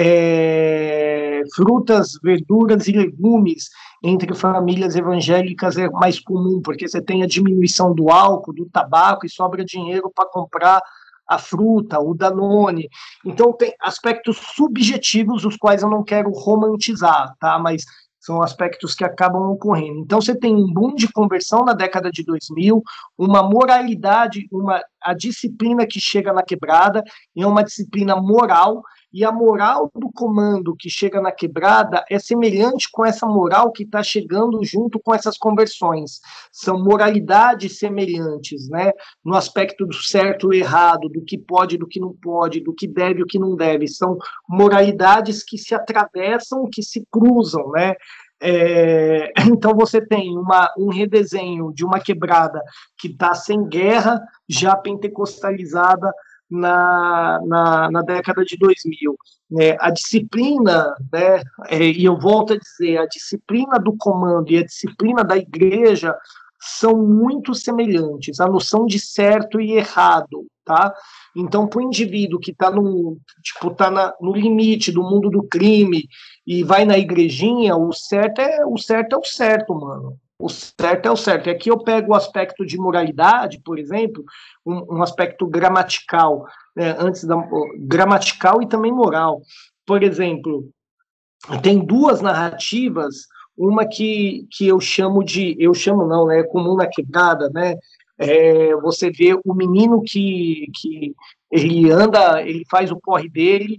é, frutas, verduras e legumes entre famílias evangélicas é mais comum, porque você tem a diminuição do álcool, do tabaco, e sobra dinheiro para comprar a fruta, o Danone. Então tem aspectos subjetivos, os quais eu não quero romantizar, tá? Mas são aspectos que acabam ocorrendo. Então, você tem um boom de conversão na década de dois mil, uma moralidade, uma, a disciplina que chega na quebrada, e é uma disciplina moral, e a moral do comando que chega na quebrada é semelhante com essa moral que está chegando junto com essas conversões. São moralidades semelhantes, né? No aspecto do certo e errado, do que pode e do que não pode, do que deve e o que não deve. São moralidades que se atravessam, que se cruzam, né? É, então você tem uma, um redesenho de uma quebrada que está sem guerra, já pentecostalizada na, na, na década de dois mil. É, a disciplina, né, é, e eu volto a dizer, a disciplina do comando e a disciplina da igreja são muito semelhantes, a noção de certo e errado, tá? Então, para o indivíduo que está no, tipo, tá na, no limite do mundo do crime e vai na igrejinha, o certo é o certo, é o certo, mano. O certo é o certo. E aqui eu pego o aspecto de moralidade, por exemplo, um, um aspecto gramatical, né, antes da gramatical e também moral. Por exemplo, tem duas narrativas, uma que, que eu chamo de, eu chamo não, né, comum na quebrada, né, é, você vê o menino que, que ele anda, ele faz o corre dele,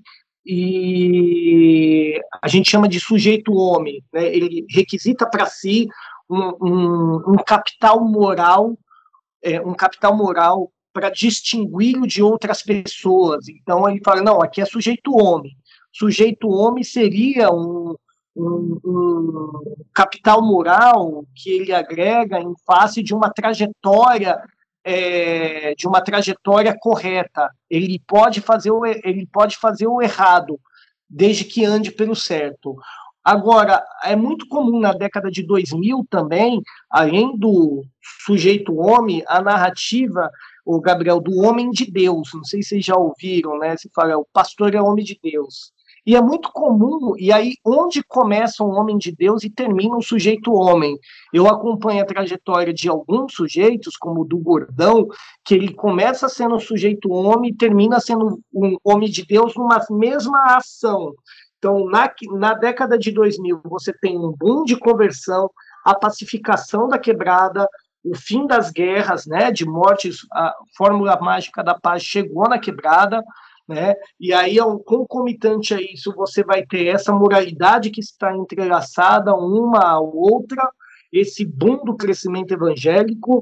e a gente chama de sujeito homem, né, ele requisita para si um, um, um capital moral, é, um capital moral para distingui-lo de outras pessoas. Então ele fala, não, aqui é sujeito homem. Sujeito homem seria um, um, um capital moral que ele agrega em face de uma trajetória é, de uma trajetória correta. Ele pode fazer o, ele pode fazer o errado, desde que ande pelo certo. Agora, é muito comum na década de dois mil também, além do sujeito homem, a narrativa, o Gabriel, do homem de Deus. Não sei se vocês já ouviram, né? Se fala, o pastor é homem de Deus. E é muito comum, e aí onde começa um homem de Deus e termina um sujeito homem? Eu acompanho a trajetória de alguns sujeitos, como o do Gordão, que ele começa sendo um sujeito homem e termina sendo um homem de Deus numa mesma ação. Então, na, na década de dois mil, você tem um boom de conversão, a pacificação da quebrada, o fim das guerras, né, de mortes, a fórmula mágica da paz chegou na quebrada, né, e aí, concomitante a isso, você vai ter essa moralidade que está entrelaçada uma à outra, esse boom do crescimento evangélico,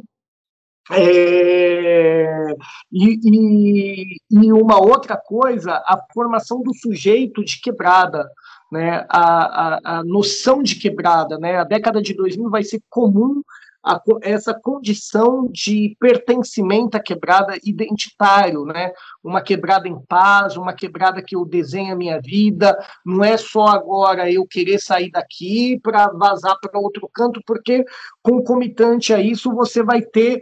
É, e, e, e uma outra coisa, a formação do sujeito de quebrada, né, a, a, a noção de quebrada, né, a década de dois mil vai ser comum a, essa condição de pertencimento à quebrada identitário, né, uma quebrada em paz, uma quebrada que eu desenho a minha vida, não é só agora eu querer sair daqui para vazar para outro canto, porque concomitante a isso você vai ter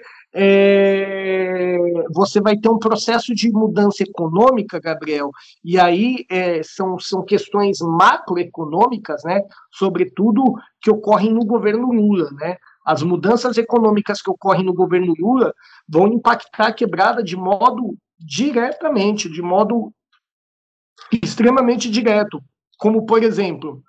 É, você vai ter um processo de mudança econômica, Gabriel, e aí é, são, são questões macroeconômicas, né, sobretudo que ocorrem no governo Lula, né, as mudanças econômicas que ocorrem no governo Lula vão impactar a quebrada de modo diretamente, de modo extremamente direto, como, por exemplo,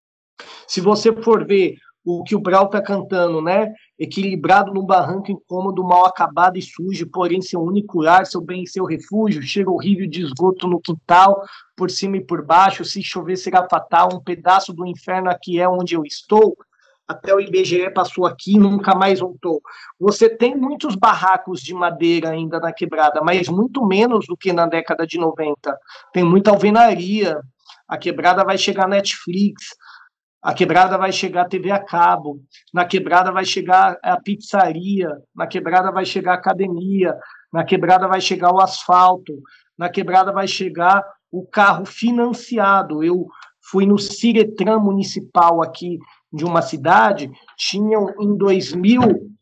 se você for ver o que o Brau está cantando, né? Equilibrado num barranco incômodo, mal acabado e sujo, porém seu único lar, seu bem e seu refúgio, cheiro horrível de esgoto no quintal, por cima e por baixo, se chover será fatal, um pedaço do inferno aqui é onde eu estou, até o I B G E passou aqui e nunca mais voltou. Você tem muitos barracos de madeira ainda na quebrada, mas muito menos do que na década de noventa. Tem muita alvenaria, a quebrada vai chegar Netflix, a quebrada vai chegar a T V a cabo, na quebrada vai chegar a pizzaria, na quebrada vai chegar a academia, na quebrada vai chegar o asfalto, na quebrada vai chegar o carro financiado. Eu fui no Ciretran municipal aqui de uma cidade, tinham em dois mil,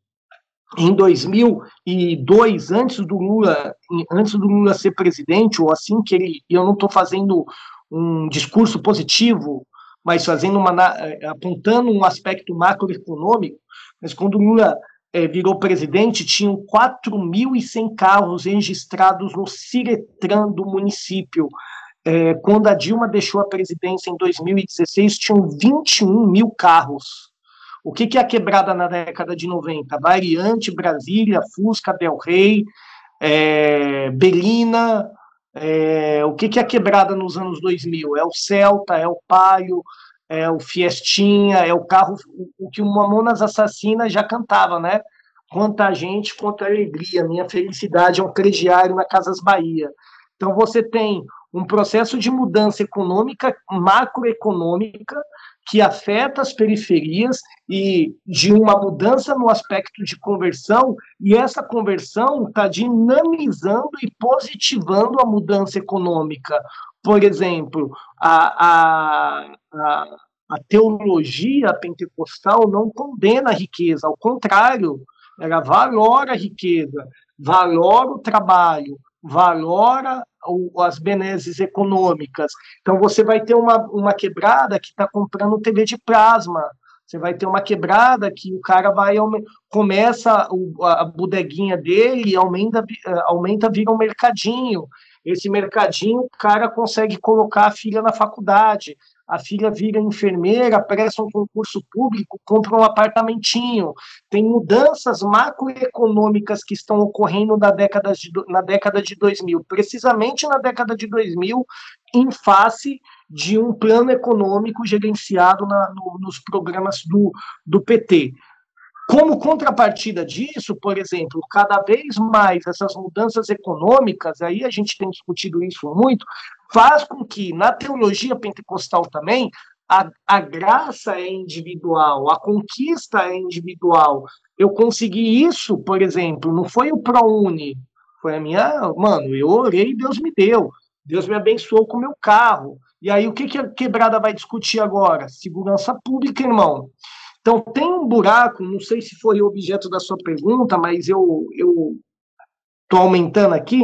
em dois mil e dois, antes do Lula, antes do Lula ser presidente, ou assim que ele, eu não estou fazendo um discurso positivo, mas fazendo uma, apontando um aspecto macroeconômico, mas quando o Lula é, virou presidente, tinham quatro mil e cem carros registrados no Ciretran do município. É, quando a Dilma deixou a presidência em dois mil e dezesseis, tinham vinte e um mil carros. O que, que é a quebrada na década de noventa? Variante, Brasília, Fusca, Del Rey, é, Belina. É, o que, que é a quebrada nos anos dois mil? É o Celta, é o Palio, é o Fiestinha, é o carro, o que o Mamonas Assassinas já cantava, né? Quanta gente, quanta alegria, minha felicidade é um crediário na Casas Bahia. Então, você tem um processo de mudança econômica, macroeconômica, que afeta as periferias e de uma mudança no aspecto de conversão, e essa conversão está dinamizando e positivando a mudança econômica. Por exemplo, a, a, a, a teologia pentecostal não condena a riqueza, ao contrário, ela valora a riqueza, valora o trabalho, valora as benesses econômicas. Então, você vai ter uma, uma quebrada que está comprando T V de plasma, você vai ter uma quebrada que o cara vai, começa a bodeguinha dele e aumenta, aumenta, vira um mercadinho. Esse mercadinho, o cara consegue colocar a filha na faculdade, a filha vira enfermeira, presta um concurso público, compra um apartamentinho. Tem mudanças macroeconômicas que estão ocorrendo na década de, na década de dois mil, precisamente na década de dois mil, em face de um plano econômico gerenciado na, no, nos programas do, do P T. Como contrapartida disso, por exemplo, cada vez mais essas mudanças econômicas, aí a gente tem discutido isso muito, faz com que, na teologia pentecostal também, a, a graça é individual, a conquista é individual. Eu consegui isso, por exemplo, não foi o ProUni, foi a minha, mano, eu orei e Deus me deu, Deus me abençoou com o meu carro. E aí, o que, que a quebrada vai discutir agora? Segurança pública, irmão. Então, tem um buraco, não sei se foi objeto da sua pergunta, mas eu estou aumentando aqui.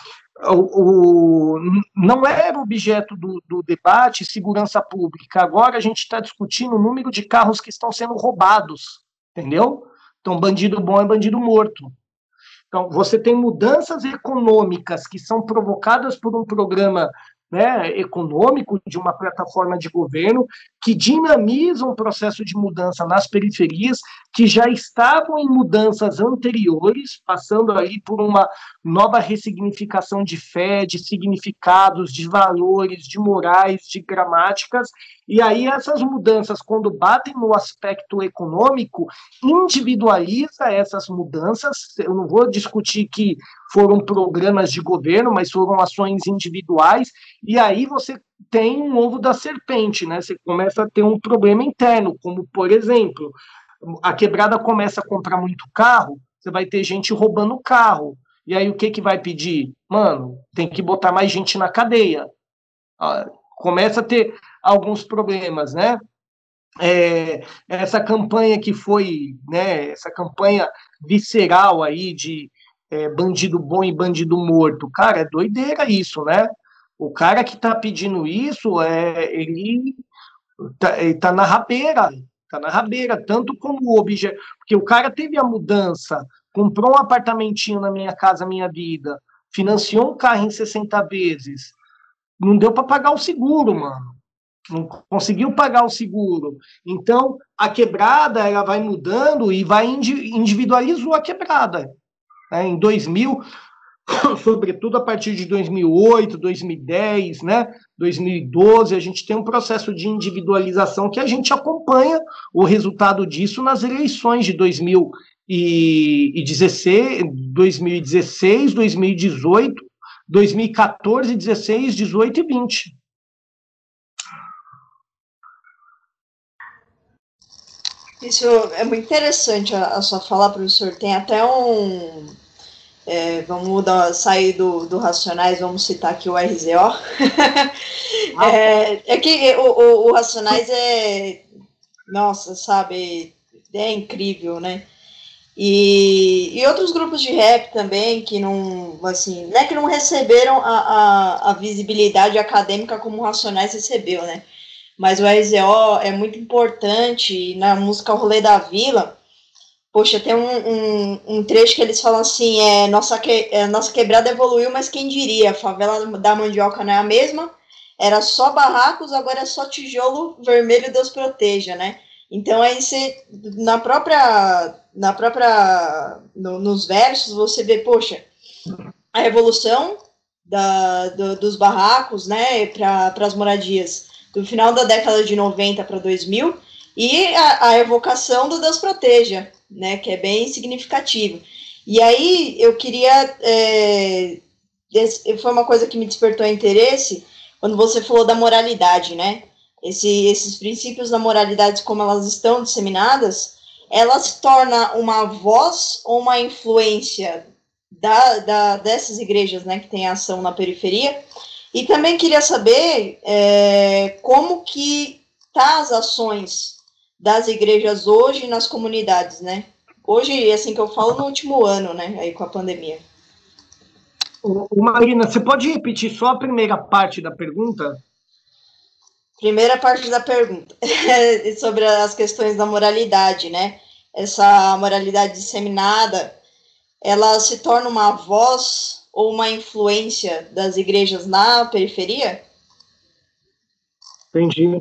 O, o, não era objeto do, do debate segurança pública. Agora a gente está discutindo o número de carros que estão sendo roubados, entendeu? Então, bandido bom é bandido morto. Então, você tem mudanças econômicas que são provocadas por um programa, né, econômico de uma plataforma de governo que dinamiza um processo de mudança nas periferias que já estavam em mudanças anteriores, passando ali por uma nova ressignificação de fé, de significados, de valores, de morais, de gramáticas, e aí essas mudanças, quando batem no aspecto econômico, individualiza essas mudanças. Eu não vou discutir que foram programas de governo, mas foram ações individuais, e aí você tem um ovo da serpente, né? Você começa a ter um problema interno, como, por exemplo, a quebrada começa a comprar muito carro, você vai ter gente roubando carro, e aí o que que vai pedir? Mano, tem que botar mais gente na cadeia. Começa a ter alguns problemas, né? É, essa campanha que foi, né, essa campanha visceral aí de é, bandido bom e bandido morto, cara, é doideira isso, né? O cara que tá pedindo isso, é, ele, tá, ele tá na rabeira, tá na rabeira, tanto como objeto, porque o cara teve a mudança, comprou um apartamentinho na Minha Casa Minha Vida, financiou um carro em sessenta vezes, não deu para pagar o seguro, mano. Não conseguiu pagar o seguro. Então, a quebrada ela vai mudando e vai individualizou a quebrada. Né? Em dois mil, sobretudo a partir de dois mil e oito, dois mil e dez, né? dois mil e doze, a gente tem um processo de individualização que a gente acompanha o resultado disso nas eleições de dois mil e dezesseis, dois mil e dezesseis, dois mil e dezoito, dois mil e quatorze, dezesseis, dezoito e vinte. Isso é muito interessante a, a sua fala, professor. Tem até um... É, vamos dar, sair do, do Racionais, vamos citar aqui o R Z O. Ah. é, é que o, o, o Racionais é... Nossa, sabe? É incrível, né? E, e outros grupos de rap também que não, assim, não é que não receberam a, a, a visibilidade acadêmica como o Racionais recebeu, né? Mas o R Z O é muito importante. Na música Rolê da Vila, poxa, tem um, um, um trecho que eles falam assim, é, nossa, que, é, nossa quebrada evoluiu, mas quem diria, a favela da Mandioca não é a mesma, era só barracos, agora é só tijolo vermelho, Deus proteja, né? Então aí você, na própria, na própria no, nos versos, você vê, poxa, a evolução da, do, dos barracos, né, para as moradias do final da década de noventa para dois mil, e a, a evocação do Deus Proteja, né, que é bem significativo. E aí eu queria é, desse, foi uma coisa que me despertou interesse quando você falou da moralidade, né? Esse, esses princípios da moralidade, como elas estão disseminadas, elas tornam uma voz ou uma influência da, da, dessas igrejas, né, que tem ação na periferia. E também queria saber é, como que tá as ações das igrejas hoje nas comunidades, né? Hoje, assim que eu falo, no último ano, né, aí com a pandemia. Ô, Marina, você pode repetir só a primeira parte da pergunta? Primeira parte da pergunta, sobre as questões da moralidade, né? Essa moralidade disseminada, ela se torna uma voz ou uma influência das igrejas na periferia? Entendi.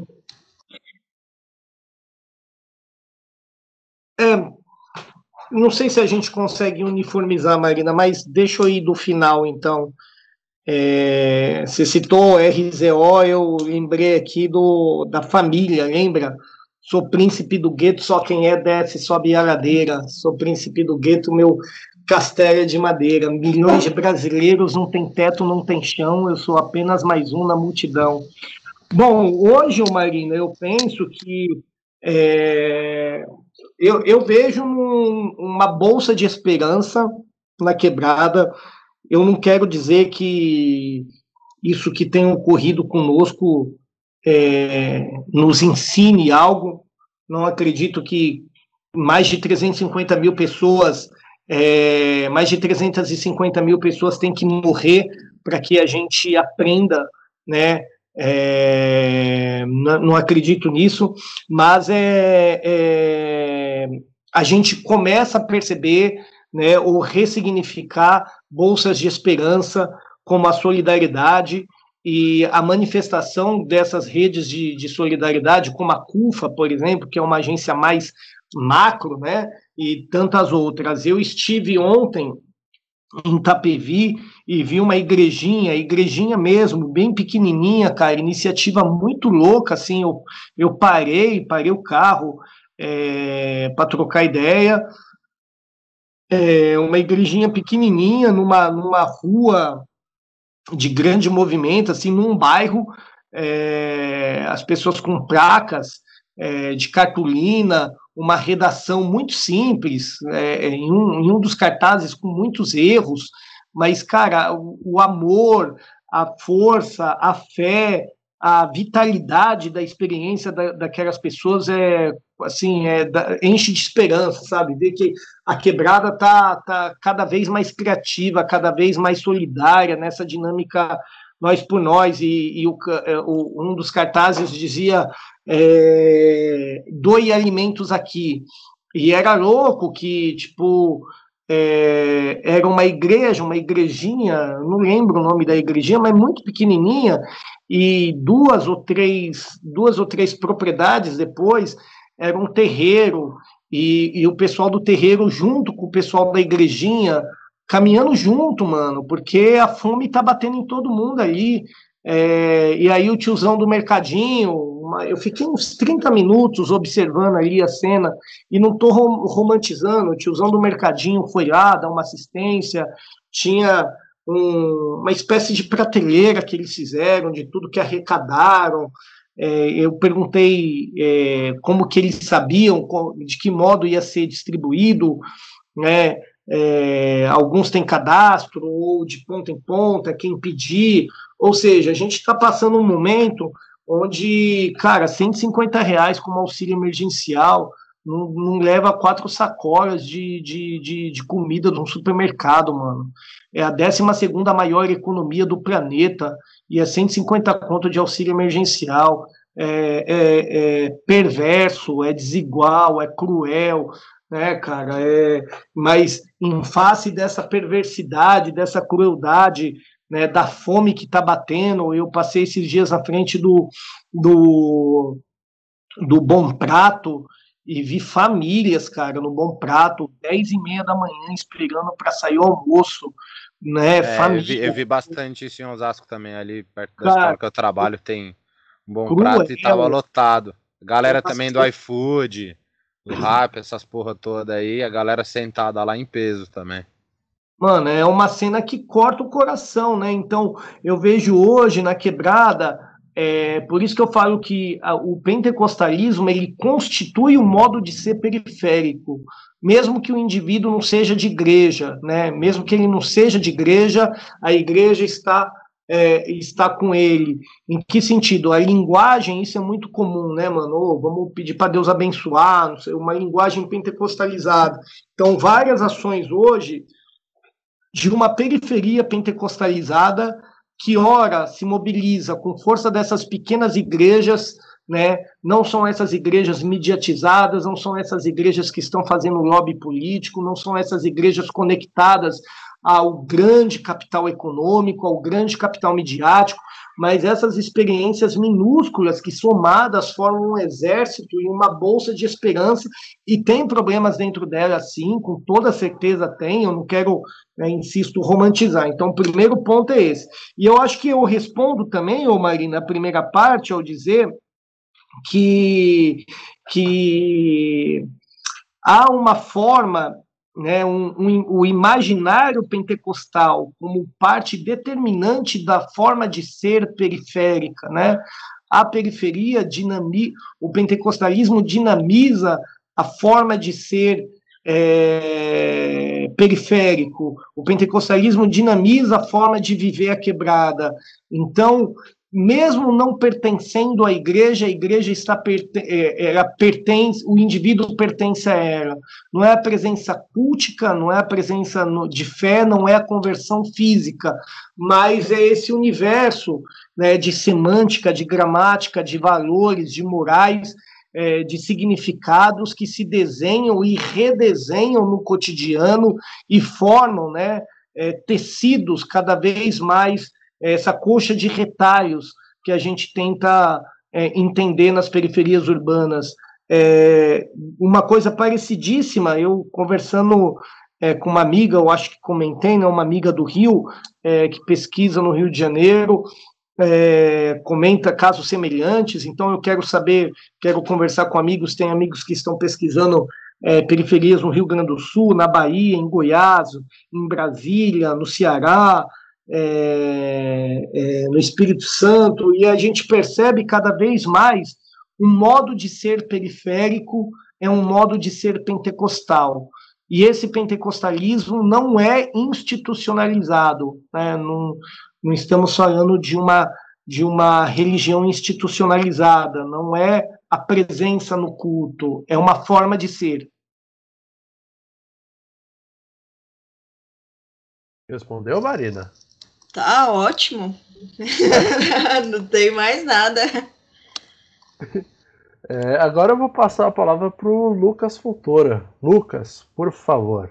É, não sei se a gente consegue uniformizar, Marina, mas deixa eu ir do final, então. É, você citou R Z O, eu lembrei aqui do, da família, lembra? Sou príncipe do gueto, só quem é desce, sobe a ladeira. Sou príncipe do gueto, meu castelo é de madeira. Milhões de brasileiros, não tem teto, não tem chão, eu sou apenas mais um na multidão. Bom, hoje, Marina, eu penso que é, eu, eu vejo um, uma bolsa de esperança na quebrada. Eu não quero dizer que isso que tem ocorrido conosco é, nos ensine algo. Não acredito que mais de trezentas e cinquenta mil pessoas, é, mais de trezentas e cinquenta mil pessoas têm que morrer para que a gente aprenda, né? É, não, não acredito nisso, mas é, é, a gente começa a perceber, né, ou ressignificar bolsas de esperança como a solidariedade e a manifestação dessas redes de, de solidariedade, como a CUFA, por exemplo, que é uma agência mais macro, né, e tantas outras. Eu estive ontem em Itapevi e vi uma igrejinha, igrejinha mesmo, bem pequenininha, cara, iniciativa muito louca, assim, eu, eu parei, parei o carro é, para trocar ideia, é, uma igrejinha pequenininha, numa, numa rua de grande movimento, assim, num bairro, é, as pessoas com placas é, de cartolina, uma redação muito simples, é, em, um, em um dos cartazes com muitos erros, mas, cara, o, o amor, a força, a fé, a vitalidade da experiência da, daquelas pessoas é, assim, é, da, enche de esperança, sabe? Ver que a quebrada tá, tá cada vez mais criativa, cada vez mais solidária nessa dinâmica nós por nós, e, e o, o, um dos cartazes dizia é, doe alimentos aqui, e era louco que, tipo, é, era uma igreja, uma igrejinha, não lembro o nome da igrejinha, mas muito pequenininha, e duas ou três, duas ou três propriedades depois era um terreiro, e, e o pessoal do terreiro junto com o pessoal da igrejinha, caminhando junto, mano, porque a fome tá batendo em todo mundo ali, é, e aí o tiozão do mercadinho, uma, eu fiquei uns trinta minutos observando ali a cena, e não tô rom romantizando, o tiozão do mercadinho foi lá dar uma assistência, tinha um, uma espécie de prateleira que eles fizeram, de tudo que arrecadaram. É, eu perguntei é, como que eles sabiam, de que modo ia ser distribuído, né? É, alguns têm cadastro, ou de ponta em ponta, quem pedir, ou seja, a gente está passando um momento onde, cara, cento e cinquenta reais como auxílio emergencial não, não leva quatro sacolas de, de, de, de comida de um supermercado, mano. É a décima segunda maior economia do planeta, e é cento e cinquenta conto de auxílio emergencial. É, é, é perverso, é desigual, é cruel, né, cara? É, mas em face dessa perversidade, dessa crueldade, né, da fome que está batendo, eu passei esses dias à frente do, do, do Bom Prato e vi famílias, cara, no Bom Prato, dez e meia da manhã, esperando para sair o almoço, né? É, família, eu, vi, eu vi bastante isso em Osasco também, ali perto da cara, escola que eu trabalho, tem um Bom cruel, Prato e tava lotado. Galera também do passei- iFood, do Rap, essas porra toda aí, a galera sentada lá em peso também. mano, é uma cena que corta o coração, né? Então, eu vejo hoje na quebrada, é, por isso que eu falo que a, o pentecostalismo, ele constitui um modo de ser periférico, mesmo que o indivíduo não seja de igreja, né? Mesmo que ele não seja de igreja, a igreja está, é, está com ele. Em que sentido? A linguagem, isso é muito comum, né, mano? Oh, vamos pedir para Deus abençoar, não sei, uma linguagem pentecostalizada. Então, várias ações hoje de uma periferia pentecostalizada que, ora, se mobiliza com força dessas pequenas igrejas, né? Não são essas igrejas mediatizadas, não são essas igrejas que estão fazendo lobby político, não são essas igrejas conectadas ao grande capital econômico, ao grande capital midiático, mas essas experiências minúsculas que somadas formam um exército e uma bolsa de esperança, e tem problemas dentro dela, sim, com toda certeza tem, eu não quero, né, insisto, romantizar. Então, o primeiro ponto é esse. E eu acho que eu respondo também, ô Marina, a primeira parte, ao dizer que, que há uma forma, né, um, um, o imaginário pentecostal como parte determinante da forma de ser periférica, né? A periferia dinamiza, o pentecostalismo dinamiza a forma de ser é, periférico, o pentecostalismo dinamiza a forma de viver a quebrada. Então, mesmo não pertencendo à igreja, a igreja está ela pertence, o indivíduo pertence a ela. Não é a presença cultica, não é a presença de fé, não é a conversão física, mas é esse universo, né, de semântica, de gramática, de valores, de morais, é, de significados que se desenham e redesenham no cotidiano e formam, né, é, tecidos cada vez mais, essa coxa de retalhos que a gente tenta é, entender nas periferias urbanas. É, uma coisa parecidíssima, eu conversando é, com uma amiga, eu acho que comentei, né, uma amiga do Rio, é, que pesquisa no Rio de Janeiro, é, comenta casos semelhantes, então eu quero saber, quero conversar com amigos, tem amigos que estão pesquisando é, periferias no Rio Grande do Sul, na Bahia, em Goiás, em Brasília, no Ceará, É, é, no Espírito Santo, e a gente percebe cada vez mais um modo de ser periférico é um modo de ser pentecostal. E esse pentecostalismo não é institucionalizado, né? não, não estamos falando de uma, de uma religião institucionalizada, não é a presença no culto, é uma forma de ser. Respondeu, Marina? Tá ótimo. Não tem mais nada. É, agora eu vou passar a palavra para o Lucas Fontoura. Lucas, por favor.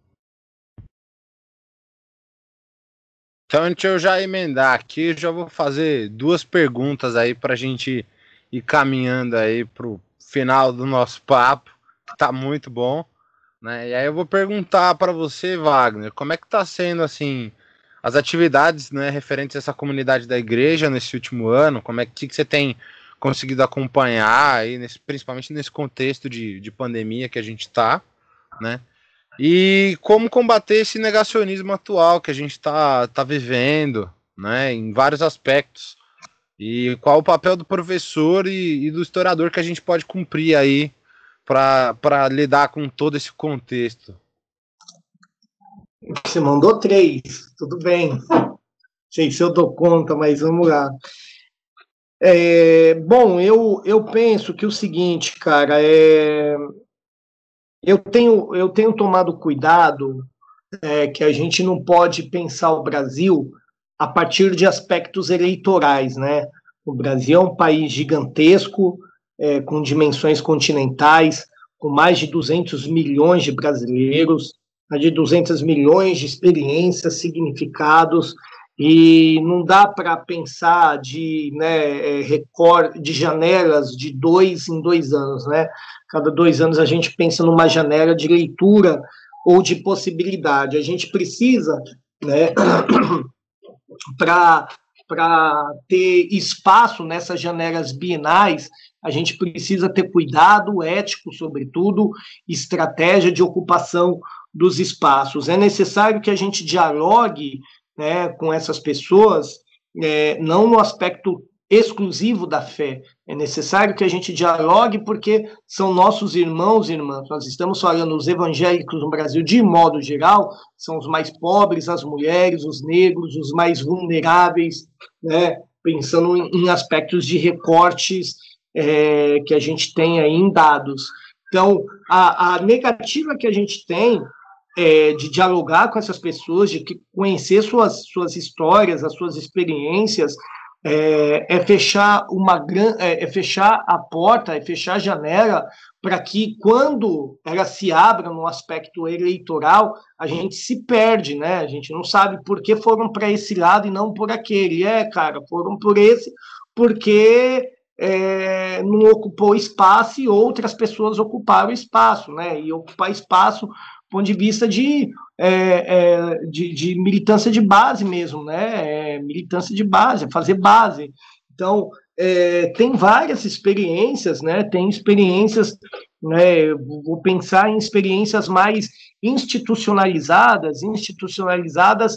Então, deixa eu já emendar aqui, já vou fazer duas perguntas aí para a gente ir caminhando aí para o final do nosso papo, que tá muito bom, né? E aí eu vou perguntar para você, Wagner, como é que tá sendo, assim, as atividades, né, referentes a essa comunidade da igreja nesse último ano, como é que, que você tem conseguido acompanhar, aí, nesse, principalmente nesse contexto de, de pandemia que a gente está, né? E como combater esse negacionismo atual que a gente está tá vivendo, né, em vários aspectos, e qual o papel do professor e, e do historiador que a gente pode cumprir aí para lidar com todo esse contexto. Você mandou três, tudo bem. Não sei se eu dou conta, mas vamos lá. É, bom, eu, eu penso que o seguinte, cara, é, eu, tenho, eu tenho tomado cuidado é, que a gente não pode pensar o Brasil a partir de aspectos eleitorais, né? O Brasil é um país gigantesco, é, com dimensões continentais, com mais de duzentos milhões de brasileiros, de duzentos milhões de experiências, significados, e não dá para pensar de, né, recorde, de janelas de dois em dois anos, né? Cada dois anos a gente pensa numa janela de leitura ou de possibilidade. A gente precisa, né, para para ter espaço nessas janelas bienais, a gente precisa ter cuidado ético, sobretudo, estratégia de ocupação dos espaços. É necessário que a gente dialogue, né, com essas pessoas, é, não no aspecto exclusivo da fé. É necessário que a gente dialogue porque são nossos irmãos e irmãs. Nós estamos falando, os evangélicos no Brasil, de modo geral, são os mais pobres, as mulheres, os negros, os mais vulneráveis, né, pensando em, em aspectos de recortes é, que a gente tem aí em dados. Então, a, a negativa que a gente tem é, de dialogar com essas pessoas, de que conhecer suas, suas histórias, as suas experiências, é, é fechar uma é, é fechar a porta, é fechar a janela para que, quando ela se abra no aspecto eleitoral, a gente se perde, né? A gente não sabe por que foram para esse lado e não por aquele. É, cara, foram por esse porque é, não ocupou espaço e outras pessoas ocuparam espaço, né? E ocupar espaço do ponto de vista de, é, é, de, de militância de base mesmo, né? É, militância de base, fazer base. Então, é, tem várias experiências, né? Tem experiências, né? Vou pensar em experiências mais institucionalizadas, institucionalizadas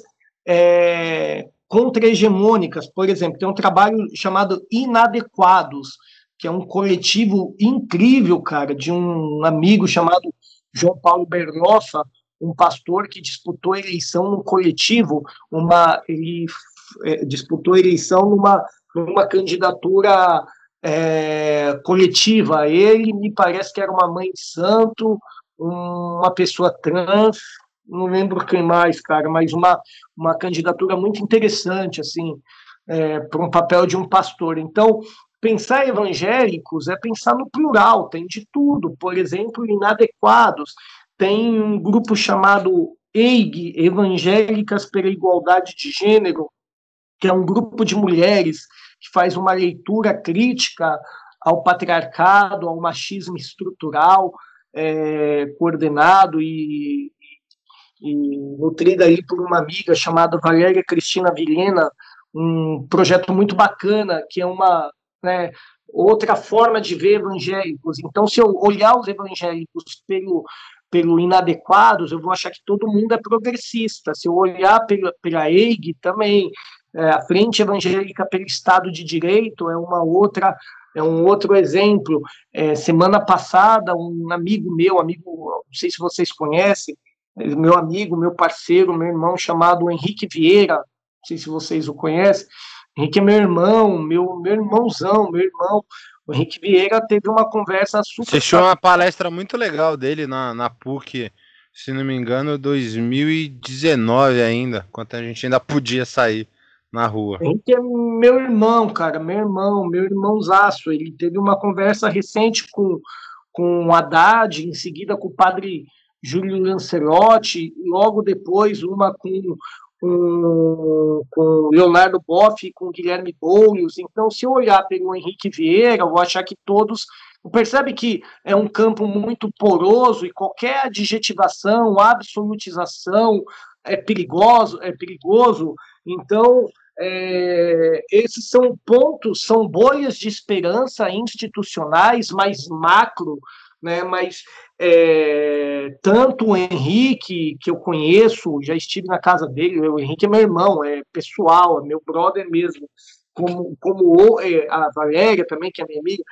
é, contra-hegemônicas. Por exemplo, tem um trabalho chamado Inadequados, que é um coletivo incrível, cara, de um amigo chamado João Paulo Berloffa, um pastor que disputou eleição no coletivo, uma, ele é, disputou eleição numa, numa candidatura é, coletiva. Ele me parece que era uma mãe de santo, uma pessoa trans, não lembro quem mais, cara, mas uma, uma candidatura muito interessante, assim, é, para um papel de um pastor. Então, pensar evangélicos é pensar no plural, tem de tudo. Por exemplo, Inadequados, tem um grupo chamado E I G, Evangélicas pela Igualdade de Gênero, que é um grupo de mulheres que faz uma leitura crítica ao patriarcado, ao machismo estrutural, é, coordenado e, e nutrida aí por uma amiga chamada Valéria Cristina Vilhena, um projeto muito bacana, que é uma, né, outra forma de ver evangélicos. Então, se eu olhar os evangélicos pelo, pelo Inadequados, eu vou achar que todo mundo é progressista. Se eu olhar pela, pela E I G também, é, a Frente Evangélica pelo Estado de Direito é uma outra, é um outro exemplo. É, semana passada, um amigo meu, amigo, não sei se vocês conhecem, meu amigo, meu parceiro, meu irmão, chamado Henrique Vieira, não sei se vocês o conhecem. Henrique é meu irmão, meu, meu irmãozão, meu irmão. O Henrique Vieira teve uma conversa super... Você achou uma palestra muito legal dele na, na P U C, se não me engano, dois mil e dezenove ainda, quando a gente ainda podia sair na rua. Henrique é meu irmão, cara, meu irmão, meu irmãozaço. Ele teve uma conversa recente com, com o Haddad, em seguida com o padre Júlio Lancelotti, logo depois uma com... com, com Leonardo Boff e com Guilherme Boulos. Então, se eu olhar pelo Henrique Vieira, eu vou achar que todos... Percebe que é um campo muito poroso e qualquer adjetivação, absolutização é perigoso, é perigoso. Então, é, esses são pontos, são bolhas de esperança institucionais mais macro, né, mas é, tanto o Henrique, que eu conheço, já estive na casa dele, o Henrique é meu irmão, é pessoal, é meu brother mesmo, como, como é, a Valéria também, que é minha amiga.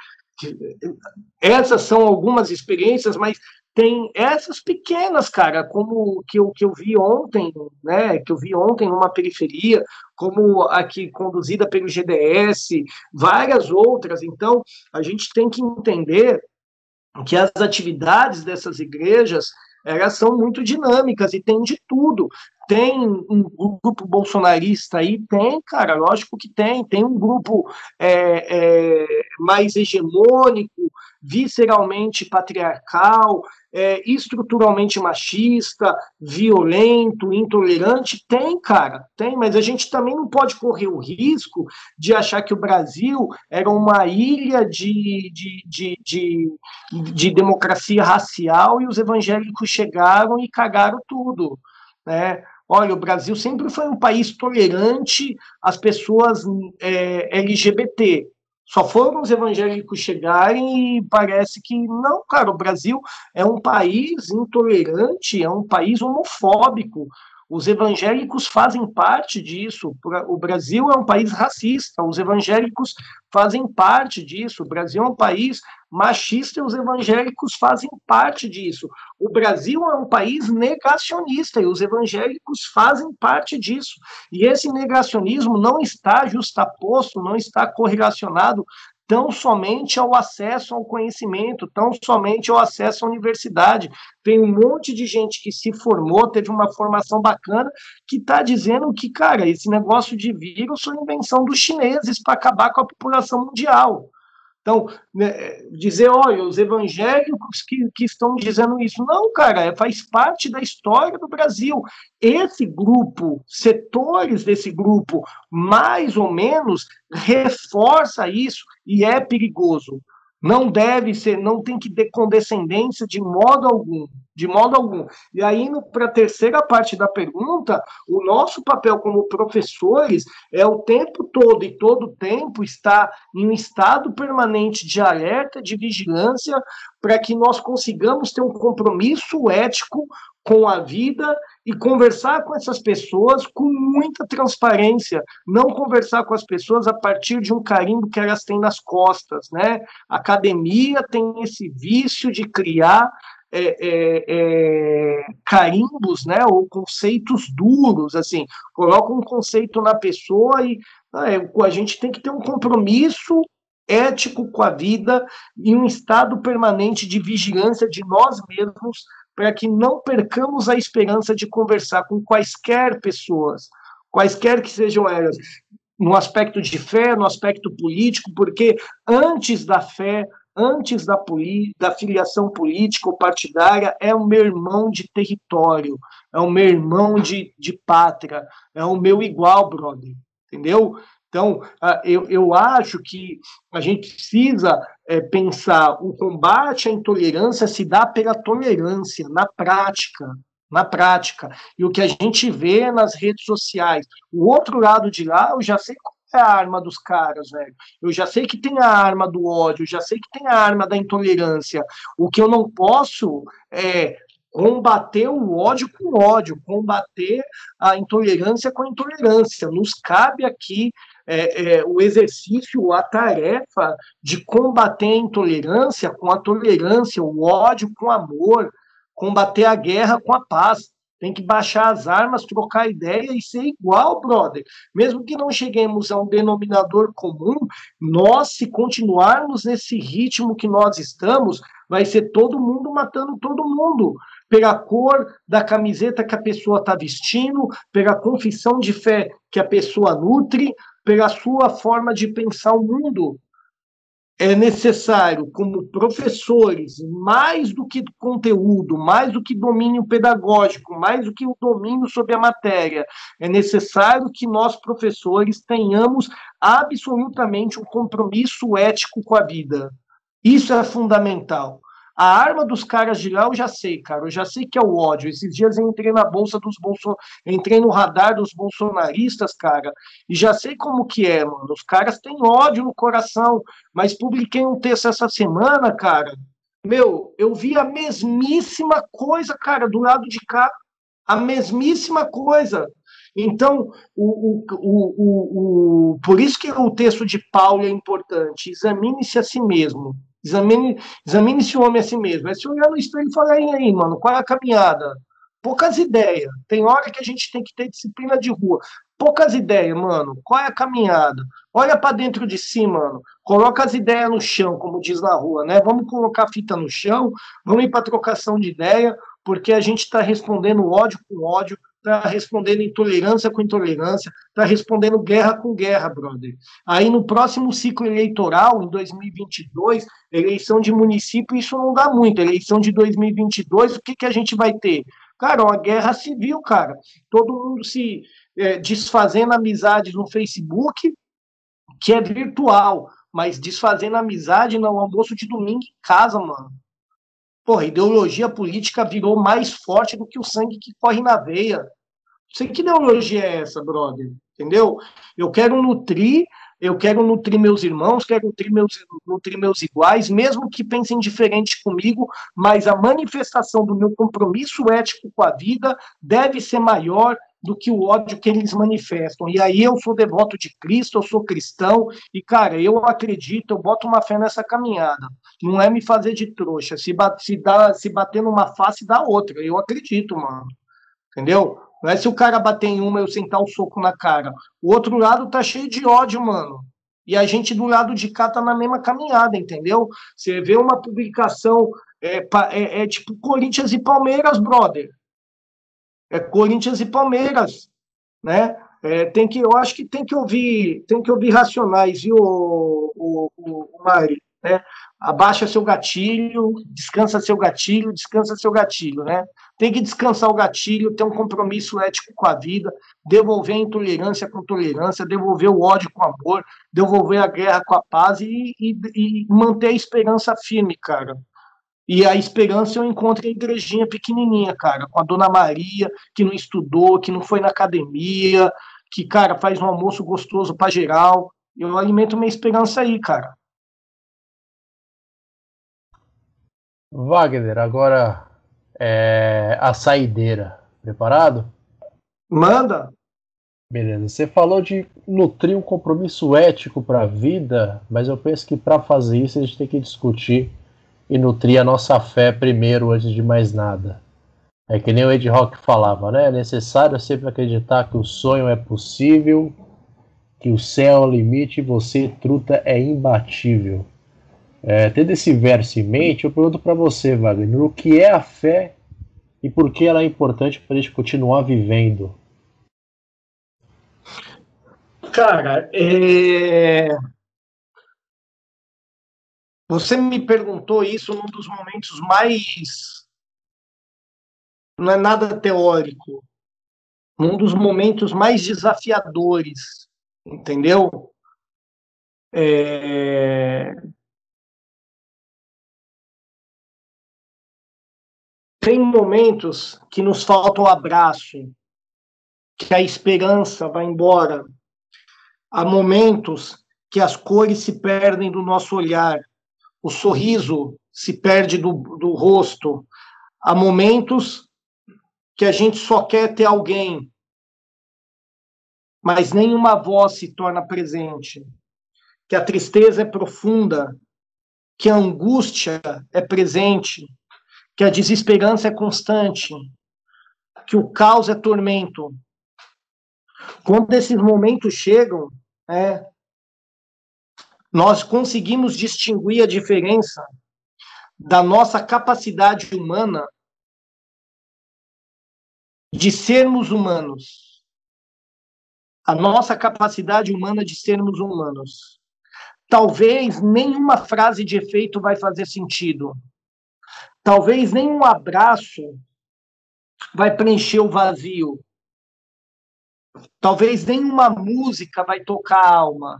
Essas são algumas experiências, mas tem essas pequenas, cara, como que eu, que eu vi ontem, né, que eu vi ontem numa periferia, como aqui conduzida pelo G D S, várias outras. Então, a gente tem que entender que as atividades dessas igrejas, elas são muito dinâmicas e tem de tudo. Tem um grupo bolsonarista aí? Tem, cara, lógico que tem. Tem um grupo é, é, mais hegemônico, visceralmente patriarcal, é, estruturalmente machista, violento, intolerante. Tem, cara, tem, mas a gente também não pode correr o risco de achar que o Brasil era uma ilha de, de, de, de, de democracia racial e os evangélicos chegaram e cagaram tudo, né? Olha, o Brasil sempre foi um país tolerante às pessoas é, L G B T, Só foram os evangélicos chegarem e parece que, não, cara, o Brasil é um país intolerante, é um país homofóbico. Os evangélicos fazem parte disso. O Brasil é um país racista, os evangélicos fazem parte disso. O Brasil é um país machista e os evangélicos fazem parte disso. O Brasil é um país negacionista e os evangélicos fazem parte disso. E esse negacionismo não está justaposto, não está correlacionado tão somente ao acesso ao conhecimento, tão somente ao acesso à universidade. Tem um monte de gente que se formou, teve uma formação bacana, que está dizendo que, cara, esse negócio de vírus foi invenção dos chineses para acabar com a população mundial. Então, né, dizer, olha, os evangélicos que, que estão dizendo isso. Não, cara, faz parte da história do Brasil. Esse grupo, setores desse grupo, mais ou menos, reforça isso e é perigoso. Não deve ser, não tem que ter condescendência de modo algum, de modo algum. E aí, indo para a terceira parte da pergunta, o nosso papel como professores é o tempo todo e todo o tempo estar em um estado permanente de alerta, de vigilância, para que nós consigamos ter um compromisso ético com a vida e conversar com essas pessoas com muita transparência, não conversar com as pessoas a partir de um carimbo que elas têm nas costas, né? A academia tem esse vício de criar é, é, é, carimbos, né? Ou conceitos duros, assim, coloca um conceito na pessoa e é, a gente tem que ter um compromisso ético com a vida e um estado permanente de vigilância de nós mesmos, para que não percamos a esperança de conversar com quaisquer pessoas, quaisquer que sejam elas, no aspecto de fé, no aspecto político, porque antes da fé, antes da, da filiação política ou partidária, é o meu irmão de território, é o meu irmão de, de pátria, é o meu igual, brother, entendeu? Então, eu, eu acho que a gente precisa é, pensar o combate à intolerância se dá pela tolerância, na prática, na prática. E o que a gente vê nas redes sociais. O outro lado de lá, eu já sei qual é a arma dos caras, velho. Eu já sei que tem a arma do ódio, eu já sei que tem a arma da intolerância. O que eu não posso é combater o ódio com ódio, combater a intolerância com a intolerância. Nos cabe aqui É, é, o exercício, a tarefa de combater a intolerância com a tolerância, o ódio com amor, combater a guerra com a paz. Tem que baixar as armas, trocar ideia e ser igual, brother. Mesmo que não cheguemos a um denominador comum, nós, se continuarmos nesse ritmo que nós estamos, vai ser todo mundo matando todo mundo. Pela cor da camiseta que a pessoa está vestindo, pela confissão de fé que a pessoa nutre, pela sua forma de pensar o mundo. É necessário, como professores, mais do que conteúdo, mais do que domínio pedagógico, mais do que o domínio sobre a matéria, é necessário que nós, professores, tenhamos absolutamente um compromisso ético com a vida. Isso é fundamental. A arma dos caras de lá eu já sei, cara, eu já sei que é o ódio. Esses dias eu entrei na bolsa dos bolson... entrei no radar dos bolsonaristas, cara, e já sei como que é, mano. Os caras têm ódio no coração, mas publiquei um texto essa semana, cara. Meu, eu vi a mesmíssima coisa, cara, do lado de cá. A mesmíssima coisa. Então, o, o, o, o, por isso que o texto de Paulo é importante. Examine-se a si mesmo. Examine, examine-se o homem a si mesmo. É se olhar no espelho e falar, e aí, mano, qual é a caminhada? Poucas ideias. Tem hora que a gente tem que ter disciplina de rua. Poucas ideias, mano. Qual é a caminhada? Olha para dentro de si, mano. Coloca as ideias no chão, como diz na rua, né? Vamos colocar a fita no chão, vamos ir para trocação de ideia, porque a gente está respondendo ódio com ódio, está respondendo intolerância com intolerância, está respondendo guerra com guerra, brother. Aí no próximo ciclo eleitoral, em dois mil e vinte e dois, eleição de município, isso não dá muito. Eleição de dois mil e vinte e dois, o que, que a gente vai ter? Cara, uma guerra civil, cara. Todo mundo se é, desfazendo amizades no Facebook, que é virtual, mas desfazendo amizade no almoço de domingo em casa, mano. Porra, a ideologia política virou mais forte do que o sangue que corre na veia. Não sei que ideologia é essa, brother, entendeu? Eu quero nutrir Eu quero nutrir meus irmãos, quero nutrir meus, nutrir meus iguais, mesmo que pensem diferente comigo, mas a manifestação do meu compromisso ético com a vida deve ser maior do que o ódio que eles manifestam. E aí eu sou devoto de Cristo, eu sou cristão, e, cara, eu acredito, eu boto uma fé nessa caminhada. Não é me fazer de trouxa. Se, bat, se, dá, se bater numa face, dá outra. Eu acredito, mano. Entendeu? Não é se o cara bater em uma, eu sentar o soco na cara. O outro lado tá cheio de ódio, mano. E a gente do lado de cá tá na mesma caminhada, entendeu? Você vê uma publicação, é, é, é tipo Corinthians e Palmeiras, brother. É Corinthians e Palmeiras, né? É, tem que, eu acho que tem que ouvir, tem que ouvir Racionais, viu, o, o, o Mari, né? Abaixa seu gatilho, descansa seu gatilho, descansa seu gatilho, né? Tem que descansar o gatilho, ter um compromisso ético com a vida, devolver a intolerância com tolerância, devolver o ódio com amor, devolver a guerra com a paz e, e, e manter a esperança firme, cara. E a esperança eu encontro em igrejinha pequenininha, cara, com a Dona Maria, que não estudou, que não foi na academia, que, cara, faz um almoço gostoso pra geral. Eu alimento minha esperança aí, cara. Wagner, agora é a saideira. Preparado? Manda. Beleza. Você falou de nutrir um compromisso ético para a vida, mas eu penso que para fazer isso a gente tem que discutir e nutrir a nossa fé primeiro, antes de mais nada. É que nem o Ed Rock falava, né? É necessário sempre acreditar que o sonho é possível, que o céu é o limite e você, truta, é imbatível. É, tendo esse verso em mente, eu pergunto para você, Wagner, o que é a fé e por que ela é importante para a gente continuar vivendo? Cara, é... você me perguntou isso num dos momentos mais... Não é nada teórico. Num dos momentos mais desafiadores, entendeu? É... Tem momentos que nos falta o abraço, que a esperança vai embora. Há momentos que as cores se perdem do nosso olhar, o sorriso se perde do, do rosto. Há momentos que a gente só quer ter alguém, mas nenhuma voz se torna presente. Que a tristeza é profunda, que a angústia é presente, que a desesperança é constante, que o caos é tormento. Quando esses momentos chegam, é, nós conseguimos distinguir a diferença da nossa capacidade humana de sermos humanos. A nossa capacidade humana de sermos humanos. Talvez nenhuma frase de efeito vai fazer sentido. Talvez nenhum abraço vai preencher o vazio. Talvez nenhuma música vai tocar a alma.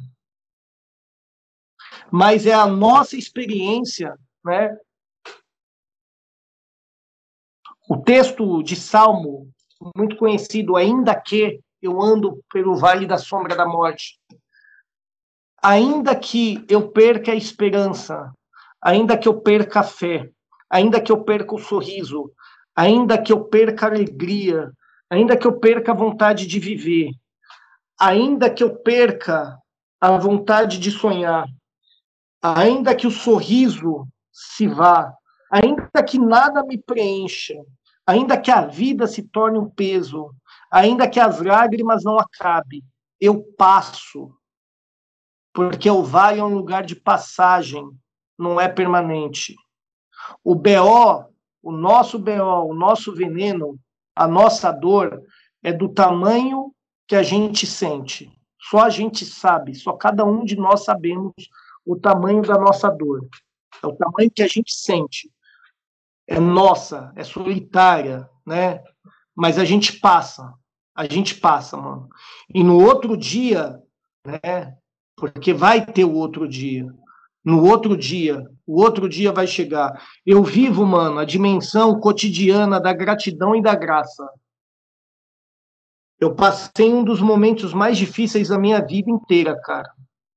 Mas é a nossa experiência, né? O texto de Salmo, muito conhecido, ainda que eu ando pelo vale da sombra da morte, ainda que eu perca a esperança, ainda que eu perca a fé, ainda que eu perca o sorriso, ainda que eu perca a alegria, ainda que eu perca a vontade de viver, ainda que eu perca a vontade de sonhar, ainda que o sorriso se vá, ainda que nada me preencha, ainda que a vida se torne um peso, ainda que as lágrimas não acabem, eu passo, porque o vale é um lugar de passagem, não é permanente. O B O, o nosso B O, o nosso veneno, a nossa dor, é do tamanho que a gente sente. Só a gente sabe, só cada um de nós sabemos o tamanho da nossa dor. É o tamanho que a gente sente. É nossa, é solitária, né? Mas a gente passa, a gente passa, mano. E no outro dia, né? Porque vai ter o outro dia. No outro dia, o outro dia vai chegar. Eu vivo, mano, a dimensão cotidiana da gratidão e da graça. Eu passei um dos momentos mais difíceis da minha vida inteira, cara.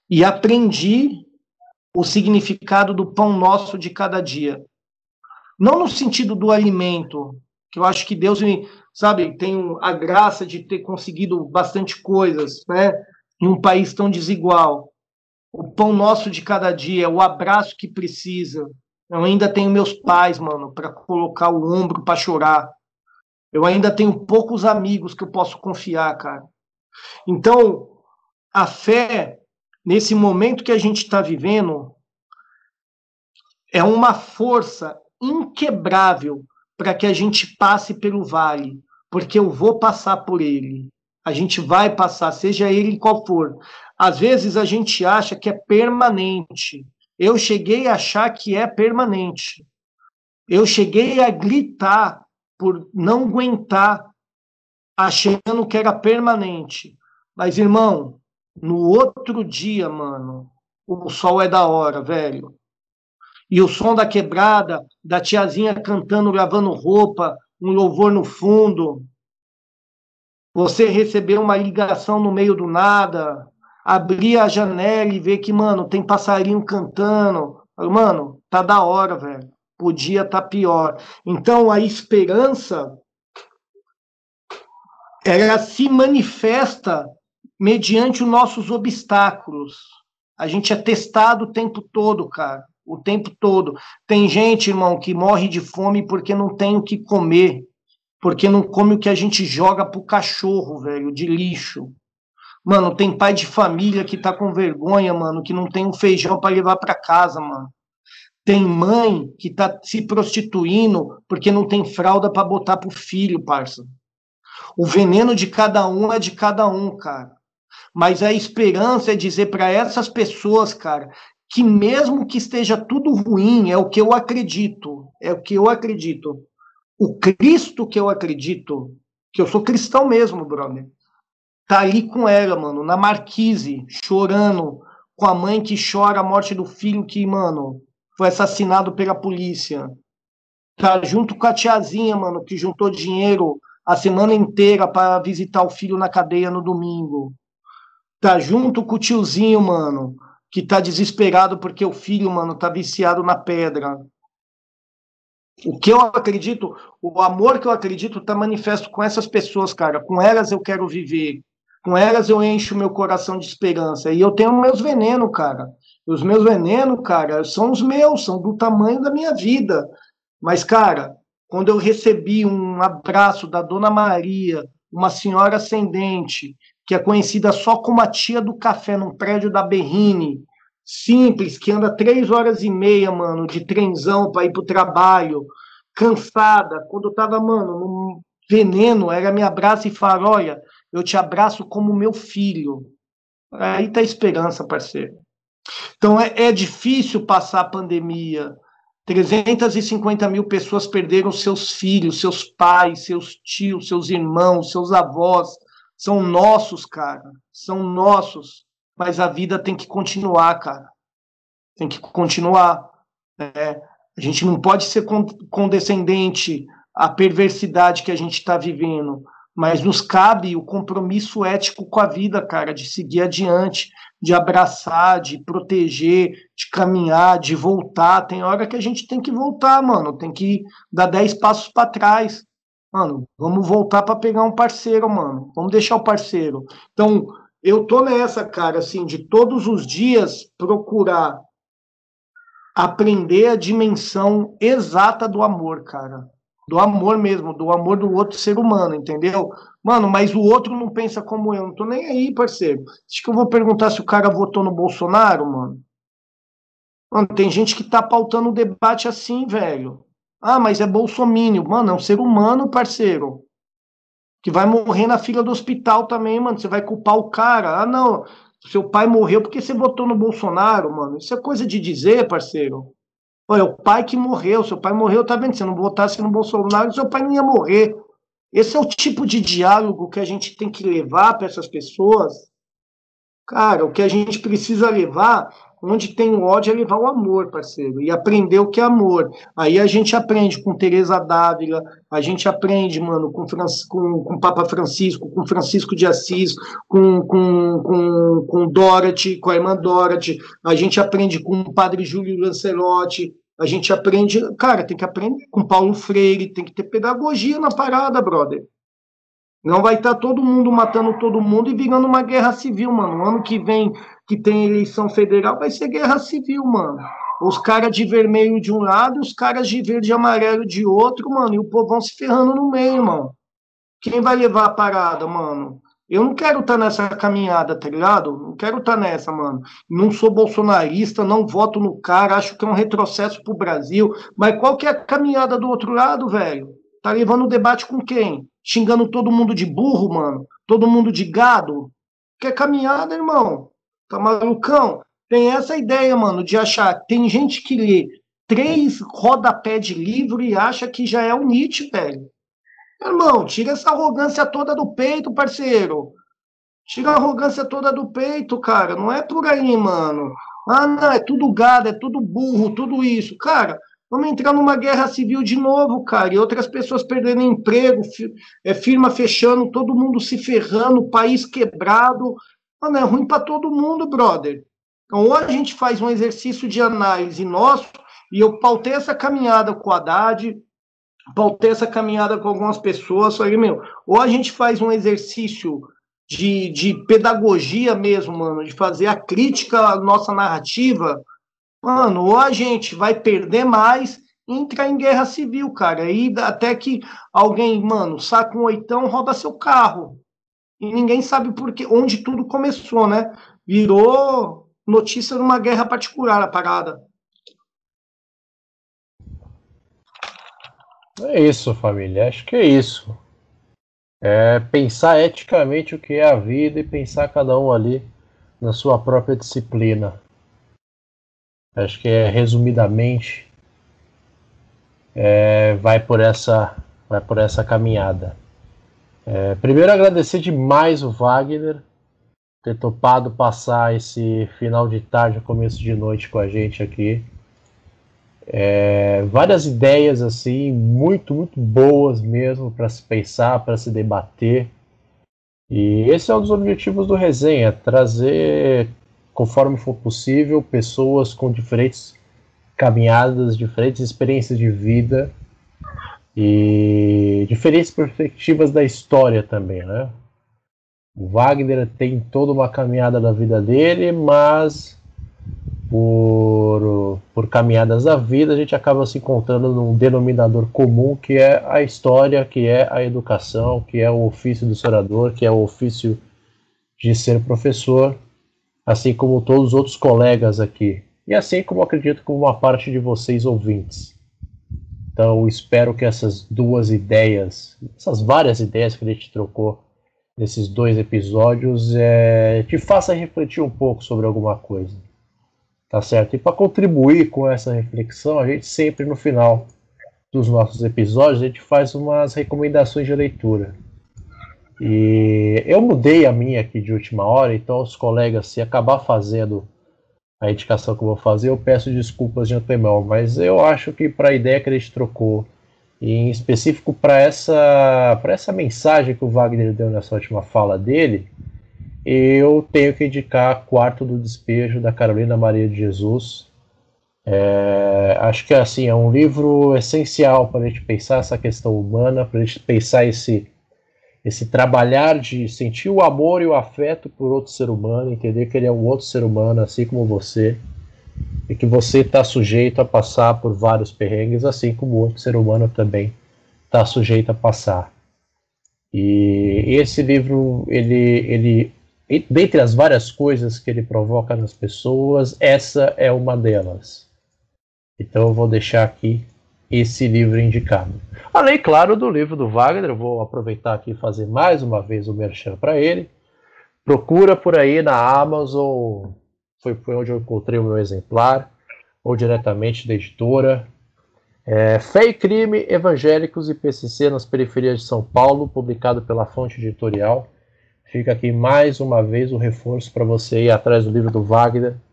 e aprendi o significado do pão nosso de cada dia. Não no sentido do alimento, que eu acho que Deus me, sabe, tem a graça de ter conseguido bastante coisas, né, em um país tão desigual. O pão nosso de cada dia, o abraço que precisa. Eu ainda tenho meus pais, mano, para colocar o ombro para chorar. Eu ainda tenho poucos amigos que eu posso confiar, cara. Então, a fé, nesse momento que a gente está vivendo, é uma força inquebrável para que a gente passe pelo vale, porque eu vou passar por ele. A gente vai passar, seja ele qual for. Às vezes a gente acha que é permanente. Eu cheguei a achar que é permanente. Eu cheguei a gritar por não aguentar, achando que era permanente. Mas, irmão, no outro dia, mano, o sol é da hora, velho. E o som da quebrada, da tiazinha cantando, lavando roupa, um louvor no fundo. Você receber uma ligação no meio do nada, abrir a janela e ver que, mano, tem passarinho cantando. Mano, tá da hora, velho. Podia tá pior. Então, a esperança, ela se manifesta mediante os nossos obstáculos. A gente é testado o tempo todo, cara. O tempo todo. Tem gente, irmão, que morre de fome porque não tem o que comer. Porque não come o que a gente joga pro cachorro, velho, de lixo. Mano, tem pai de família que tá com vergonha, mano, que não tem um feijão para levar para casa, mano. Tem mãe que tá se prostituindo porque não tem fralda para botar pro filho, parça. O veneno de cada um é de cada um, cara. Mas a esperança é dizer para essas pessoas, cara, que mesmo que esteja tudo ruim, é o que eu acredito, é o que eu acredito. O Cristo que eu acredito, que eu sou cristão mesmo, brother, tá ali com ela, mano, na marquise, chorando, com a mãe que chora a morte do filho que, mano, foi assassinado pela polícia. Tá junto com a tiazinha, mano, que juntou dinheiro a semana inteira para visitar o filho na cadeia no domingo. Tá junto com o tiozinho, mano, que tá desesperado porque o filho, mano, tá viciado na pedra. O que eu acredito, o amor que eu acredito tá manifesto com essas pessoas, cara. Com elas eu quero viver. Com elas eu encho meu coração de esperança. E eu tenho meus venenos, cara. Os meus venenos, cara, são os meus, são do tamanho da minha vida. Mas, cara, quando eu recebi um abraço da Dona Maria, uma senhora ascendente, que é conhecida só como a tia do café num prédio da Berrine, simples, que anda três horas e meia, mano, de trenzão para ir pro trabalho, cansada, quando eu tava, mano, no veneno, ela me abraça e fala, olha, eu te abraço como meu filho. Aí tá a esperança, parceiro. Então é, é difícil passar a pandemia. trezentas e cinquenta mil pessoas perderam seus filhos, seus pais, seus tios, seus irmãos, seus avós. São nossos, cara. São nossos. Mas a vida tem que continuar, cara. Tem que continuar. É, a gente não pode ser condescendente à perversidade que a gente está vivendo. Mas nos cabe o compromisso ético com a vida, cara, de seguir adiante, de abraçar, de proteger, de caminhar, de voltar. Tem hora que a gente tem que voltar, mano. Tem que dar dez passos para trás. Mano, vamos voltar para pegar um parceiro, mano. Vamos deixar o parceiro. Então, eu tô nessa, cara, assim, de todos os dias procurar aprender a dimensão exata do amor, cara. Do amor mesmo, do amor do outro ser humano, entendeu? Mano, mas o outro não pensa como eu. Não tô nem aí, parceiro. Acho que eu vou perguntar se o cara votou no Bolsonaro, mano. Mano, tem gente que tá pautando o debate assim, velho. Ah, mas é bolsomínio. Mano, é um ser humano, parceiro. Que vai morrer na fila do hospital também, mano. Você vai culpar o cara. Ah, não. Seu pai morreu porque você votou no Bolsonaro, mano. Isso é coisa de dizer, parceiro. Olha, o pai que morreu, seu pai morreu, tá vendo? Se não votasse no Bolsonaro, seu pai não ia morrer. Esse é o tipo de diálogo que a gente tem que levar para essas pessoas. Cara, o que a gente precisa levar Onde tem o ódio é levar o amor, parceiro, e aprender o que é amor. Aí a gente aprende com Teresa d'Ávila, a gente aprende, mano, com, Francisco, com, com Papa Francisco, com Francisco de Assis, com, com, com, com Dorothy, com a irmã Dorothy, a gente aprende com o padre Júlio Lancelotti, a gente aprende, cara, tem que aprender com Paulo Freire, tem que ter pedagogia na parada, brother. Não vai estar todo mundo matando todo mundo e virando uma guerra civil, mano. O ano que vem, que tem eleição federal, vai ser guerra civil, mano. Os caras de vermelho de um lado, os caras de verde e amarelo de outro, mano. E o povão se ferrando no meio, mano. Quem vai levar a parada, mano? Eu não quero estar nessa caminhada, tá ligado? Não quero estar nessa, mano. Não sou bolsonarista, não voto no cara, acho que é um retrocesso pro Brasil. Mas qual que é a caminhada do outro lado, velho? Tá levando o debate com quem? Xingando todo mundo de burro, mano? Todo mundo de gado? Que é caminhada, irmão? Tá malucão? Tem essa ideia, mano, de achar. Tem gente que lê três rodapé de livro e acha que já é o Nietzsche, velho. Irmão, tira essa arrogância toda do peito, parceiro. Tira a arrogância toda do peito, cara. Não é por aí, mano. Ah, não, é tudo gado, é tudo burro, tudo isso. Cara, vamos entrar numa guerra civil de novo, cara. E outras pessoas perdendo emprego, é, firma fechando, todo mundo se ferrando, país quebrado. Mano, é ruim pra todo mundo, brother. Então, ou a gente faz um exercício de análise nosso, e eu pautei essa caminhada com o Haddad, pautei essa caminhada com algumas pessoas, falei, meu, ou a gente faz um exercício de, de pedagogia mesmo, mano, de fazer a crítica à nossa narrativa, mano, ou a gente vai perder mais e entrar em guerra civil, cara, e até que alguém, mano, saca um oitão, rouba seu carro, e ninguém sabe por quê, onde tudo começou, né? Virou notícia numa guerra particular a parada. É isso, família. Acho que é isso. É pensar eticamente o que é a vida e pensar cada um ali na sua própria disciplina. Acho que é, resumidamente, é, vai por essa, vai por essa caminhada. É, primeiro agradecer demais o Wagner ter topado passar esse final de tarde, começo de noite com a gente aqui. É, várias ideias assim, muito, muito boas mesmo para se pensar, para se debater. E esse é um dos objetivos do Resenha, trazer, conforme for possível, pessoas com diferentes caminhadas, diferentes experiências de vida e diferentes perspectivas da história também, né? O Wagner tem toda uma caminhada da vida dele, mas por, por caminhadas da vida a gente acaba se encontrando num denominador comum, que é a história, que é a educação, que é o ofício do historiador, que é o ofício de ser professor, assim como todos os outros colegas aqui. E assim como acredito com uma parte de vocês ouvintes. Então espero que essas duas ideias, essas várias ideias que a gente trocou nesses dois episódios, é, te faça refletir um pouco sobre alguma coisa. Tá certo? E para contribuir com essa reflexão, a gente sempre no final dos nossos episódios, a gente faz umas recomendações de leitura. E eu mudei a minha aqui de última hora, então os colegas, se acabar fazendo a indicação que eu vou fazer, eu peço desculpas de antemão, mas eu acho que para a ideia que a gente trocou, e em específico para essa, para essa mensagem que o Wagner deu nessa última fala dele, eu tenho que indicar Quarto do Despejo, da Carolina Maria de Jesus. É, acho que assim, é um livro essencial para a gente pensar essa questão humana, para a gente pensar esse, esse trabalhar de sentir o amor e o afeto por outro ser humano, entender que ele é um outro ser humano, assim como você, e que você está sujeito a passar por vários perrengues, assim como o outro ser humano também está sujeito a passar. E esse livro, ele, ele, dentre as várias coisas que ele provoca nas pessoas, essa é uma delas. Então eu vou deixar aqui esse livro indicado. Além, claro, do livro do Wagner, eu vou aproveitar aqui e fazer mais uma vez o merchan para ele. Procura por aí na Amazon, foi, foi onde eu encontrei o meu exemplar, ou diretamente da editora. É, Fé e Crime, Evangélicos e P C C nas Periferias de São Paulo, publicado pela Fonte Editorial. Fica aqui mais uma vez o reforço para você ir atrás do livro do Wagner,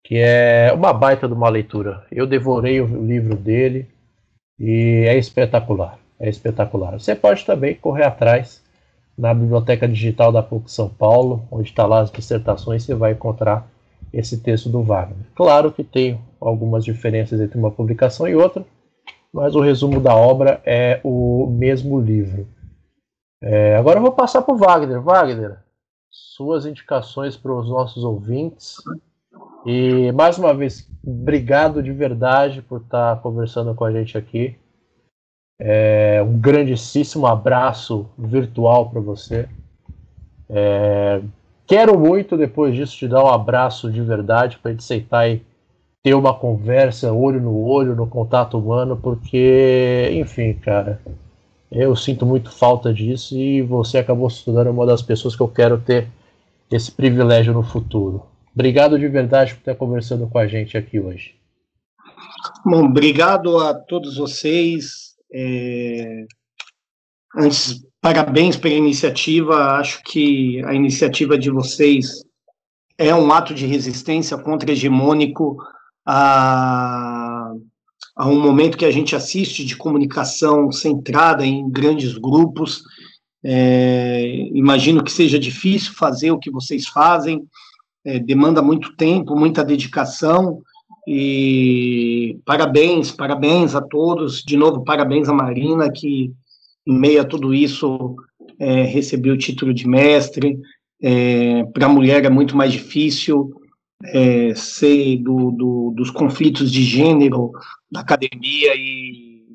que é uma baita de uma leitura. Eu devorei o livro dele e é espetacular, é espetacular. Você pode também correr atrás na Biblioteca Digital da PUC São Paulo, onde está lá as dissertações, você vai encontrar esse texto do Wagner. Claro que tem algumas diferenças entre uma publicação e outra, mas o resumo da obra é o mesmo livro. É, agora eu vou passar para o Wagner. Wagner, suas indicações para os nossos ouvintes. E mais uma vez, obrigado de verdade por estar conversando com a gente aqui. É, um grandíssimo abraço virtual para você. É, quero muito depois disso te dar um abraço de verdade para a gente sentar e ter uma conversa olho no olho, no contato humano, porque, enfim, cara, eu sinto muito falta disso e você acabou se tornando uma das pessoas que eu quero ter esse privilégio no futuro. Obrigado de verdade por estar conversando com a gente aqui hoje. Bom, obrigado a todos vocês. É... Antes, parabéns pela iniciativa. Acho que a iniciativa de vocês é um ato de resistência contra-hegemônico a, a um momento que a gente assiste de comunicação centrada em grandes grupos. É... Imagino que seja difícil fazer o que vocês fazem. É, demanda muito tempo, muita dedicação, e parabéns, parabéns a todos, de novo, parabéns a Marina, que em meio a tudo isso é, recebeu o título de mestre. É, para a mulher é muito mais difícil é, ser do, do, dos conflitos de gênero da academia, e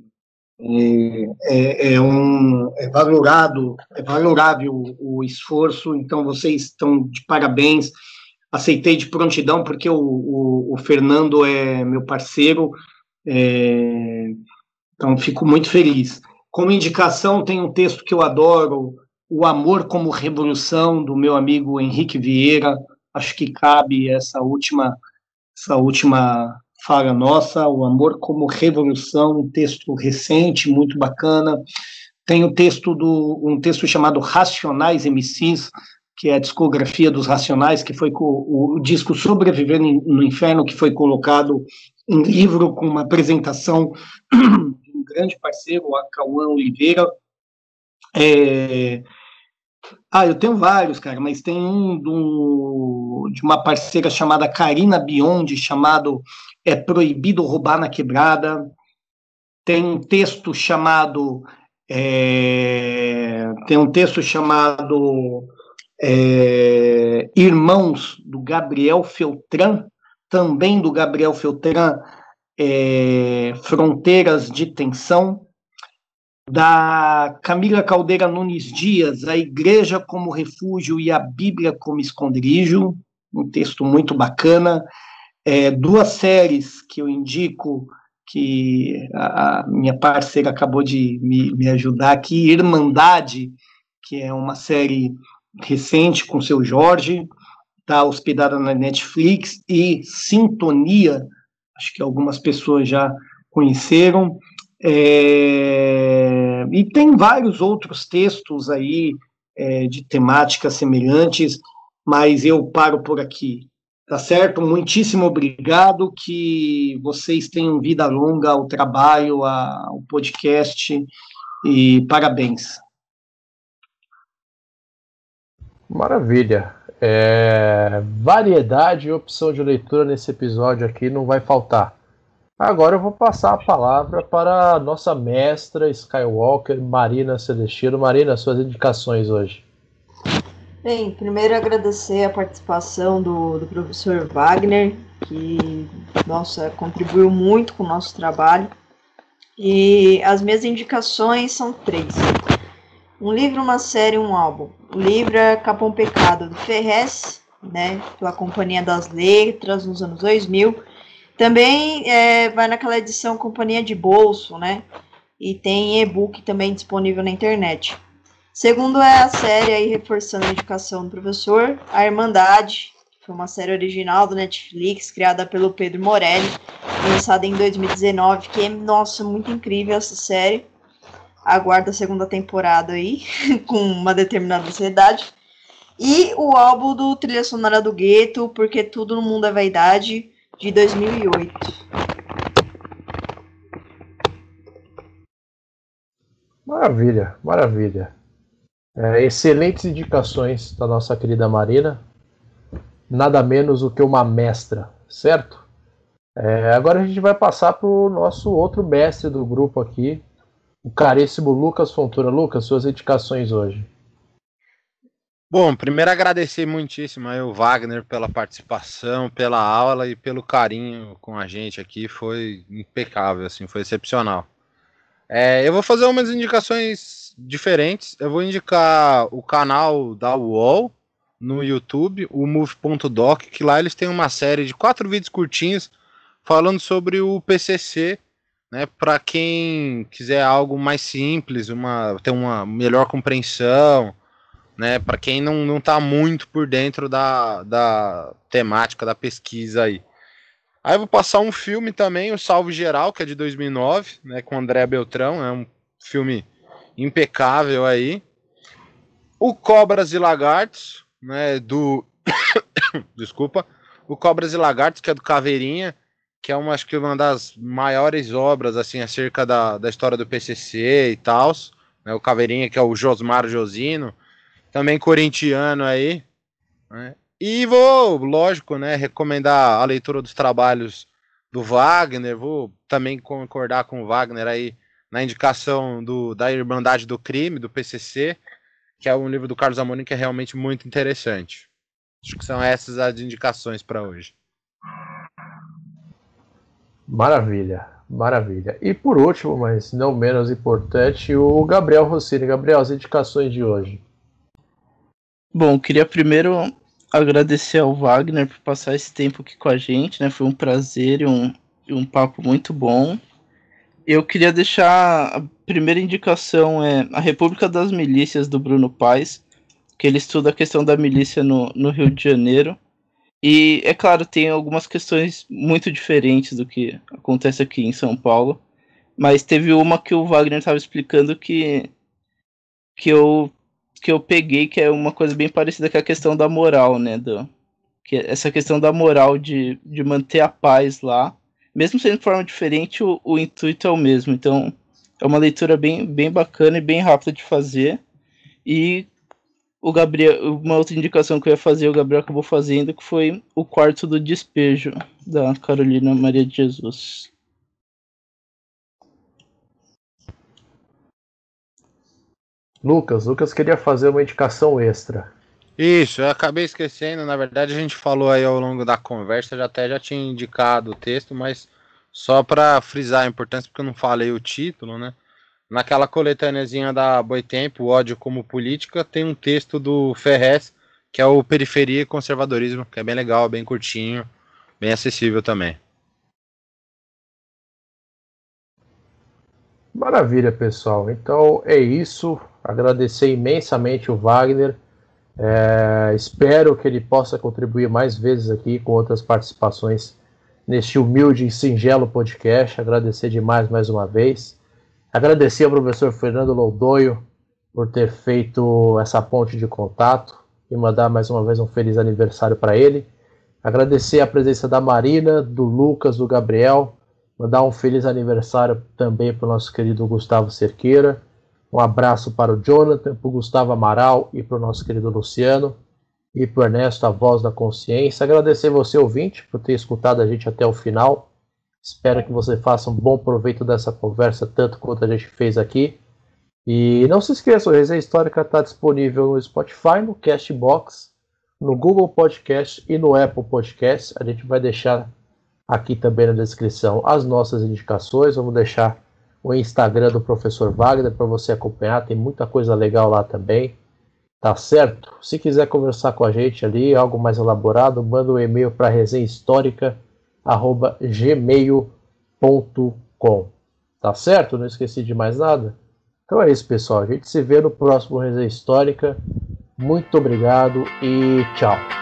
é, é, um, é valorado, é valorável o, o esforço, então vocês estão de parabéns. Aceitei de prontidão, porque o, o, o Fernando é meu parceiro, é, então fico muito feliz. Como indicação, tem um texto que eu adoro, O Amor como Revolução, do meu amigo Henrique Vieira. Acho que cabe essa última, essa última fala nossa, O Amor como Revolução, um texto recente, muito bacana. Tem um texto, do, um texto chamado Racionais M Cs, que é a discografia dos Racionais, que foi o, o disco Sobreviver no Inferno, que foi colocado em livro com uma apresentação de um grande parceiro, o Cauã Oliveira. É... Ah, eu tenho vários, cara, mas tem um do, de uma parceira chamada Karina Biondi, chamado É Proibido Roubar na Quebrada. Tem um texto chamado... É... Tem um texto chamado... É, Irmãos, do Gabriel Feltran, também do Gabriel Feltran, é, Fronteiras de Tensão, da Camila Caldeira Nunes Dias, A Igreja como Refúgio e a Bíblia como Esconderijo, um texto muito bacana. É, duas séries que eu indico, que a, a minha parceira acabou de me, me ajudar aqui, Irmandade, que é uma série recente com o seu Jorge, está hospedada na Netflix, e Sintonia, acho que algumas pessoas já conheceram, é, e tem vários outros textos aí é, de temáticas semelhantes, mas eu paro por aqui, tá certo? Muitíssimo obrigado, que vocês tenham vida longa ao trabalho, ao podcast, e parabéns. Maravilha. É... Variedade e opção de leitura nesse episódio aqui não vai faltar. Agora eu vou passar a palavra para a nossa mestra Skywalker, Marina Celestino. Marina, suas indicações hoje. Bem, primeiro agradecer a participação do, do professor Wagner, que, nossa, contribuiu muito com o nosso trabalho. E as minhas indicações são três. Um livro, uma série, um álbum. O livro é Capão Pecado, do Ferrez, né, da Companhia das Letras, nos anos dois mil. Também é, vai naquela edição Companhia de Bolso, né, e tem e-book também disponível na internet. Segundo é a série, aí, reforçando a indicação do professor, A Irmandade, que foi uma série original do Netflix, criada pelo Pedro Morelli, lançada em dois mil e dezenove, que é, nossa, muito incrível essa série. Aguardo a segunda temporada aí, com uma determinada ansiedade. E o álbum do Trilha Sonora do Gueto, Porque Tudo no Mundo é Vaidade, de dois mil e oito. Maravilha, maravilha. É, excelentes indicações da nossa querida Marina. Nada menos do que uma mestra, certo? É, agora a gente vai passar para o nosso outro mestre do grupo aqui, o caríssimo Lucas Fontoura. Lucas, suas indicações hoje. Bom, primeiro agradecer muitíssimo aí o Wagner pela participação, pela aula e pelo carinho com a gente aqui, foi impecável, assim, foi excepcional. É, eu vou fazer umas indicações diferentes, eu vou indicar o canal da U O L no YouTube, o move ponto doc, que lá eles têm uma série de quatro vídeos curtinhos falando sobre o P C C, né, para quem quiser algo mais simples, uma, ter uma melhor compreensão, né, para quem não, não tá muito por dentro da, da temática da pesquisa aí. Aí eu vou passar um filme também, o Salve Geral, que é de dois mil e nove, né, com André Beltrão, é um filme impecável aí. O Cobras e Lagartos, né, do... Desculpa. O Cobras e Lagartos, que é do Caveirinha, que é uma, acho que uma das maiores obras, assim, acerca da, da história do P C C e tal, né, o Caveirinha, que é o Josmar Josino, também corintiano aí, né? E vou, lógico, né, recomendar a leitura dos trabalhos do Wagner, vou também concordar com o Wagner aí na indicação do, da Irmandade do Crime, do P C C, que é um livro do Carlos Amorim que é realmente muito interessante. Acho que são essas as indicações para hoje. Maravilha, maravilha. E por último, mas não menos importante, o Gabriel Rossini. Gabriel, as indicações de hoje. Bom, queria primeiro agradecer ao Wagner por passar esse tempo aqui com a gente, né? Foi um prazer e um, e um papo muito bom. Eu queria deixar a primeira indicação é A República das Milícias, do Bruno Paes, que ele estuda a questão da milícia no, no Rio de Janeiro. E, é claro, tem algumas questões muito diferentes do que acontece aqui em São Paulo, mas teve uma que o Wagner estava explicando que, que, eu, que eu peguei, que é uma coisa bem parecida com a questão da moral, né? Do, que essa questão da moral de, de manter a paz lá, mesmo sendo de forma diferente, o, o intuito é o mesmo. Então, é uma leitura bem, bem bacana e bem rápida de fazer. E o Gabriel, uma outra indicação que eu ia fazer, o Gabriel acabou fazendo, que foi O Quarto do Despejo, da Carolina Maria de Jesus. Lucas, Lucas queria fazer uma indicação extra. Isso, eu acabei esquecendo, na verdade a gente falou aí ao longo da conversa, já até já tinha indicado o texto, mas só para frisar a importância, porque eu não falei o título, né? Naquela coletâneazinha da Boitempo, o Ódio como Política, tem um texto do Ferrez, que é o Periferia e Conservadorismo, que é bem legal, bem curtinho, bem acessível também. Maravilha, pessoal. Então é isso. Agradecer imensamente o Wagner. É, espero que ele possa contribuir mais vezes aqui com outras participações neste humilde e singelo podcast. Agradecer demais mais uma vez. Agradecer ao professor Fernando Londoio por ter feito essa ponte de contato e mandar mais uma vez um feliz aniversário para ele. Agradecer a presença da Marina, do Lucas, do Gabriel. Mandar um feliz aniversário também para o nosso querido Gustavo Cerqueira. Um abraço para o Jonathan, para o Gustavo Amaral e para o nosso querido Luciano. E para o Ernesto, a voz da consciência. Agradecer você, ouvinte, por ter escutado a gente até o final. Espero que você faça um bom proveito dessa conversa, tanto quanto a gente fez aqui. E não se esqueça, o Resenha Histórica está disponível no Spotify, no Castbox, no Google Podcast e no Apple Podcast. A gente vai deixar aqui também na descrição as nossas indicações. Vamos deixar o Instagram do professor Wagner para você acompanhar. Tem muita coisa legal lá também. Tá certo? Se quiser conversar com a gente ali, algo mais elaborado, manda um e-mail para resenha histórica arroba gmail ponto com. Tá certo? Não esqueci de mais nada? Então é isso, pessoal. A gente se vê no próximo Resenha Histórica. Muito obrigado e tchau.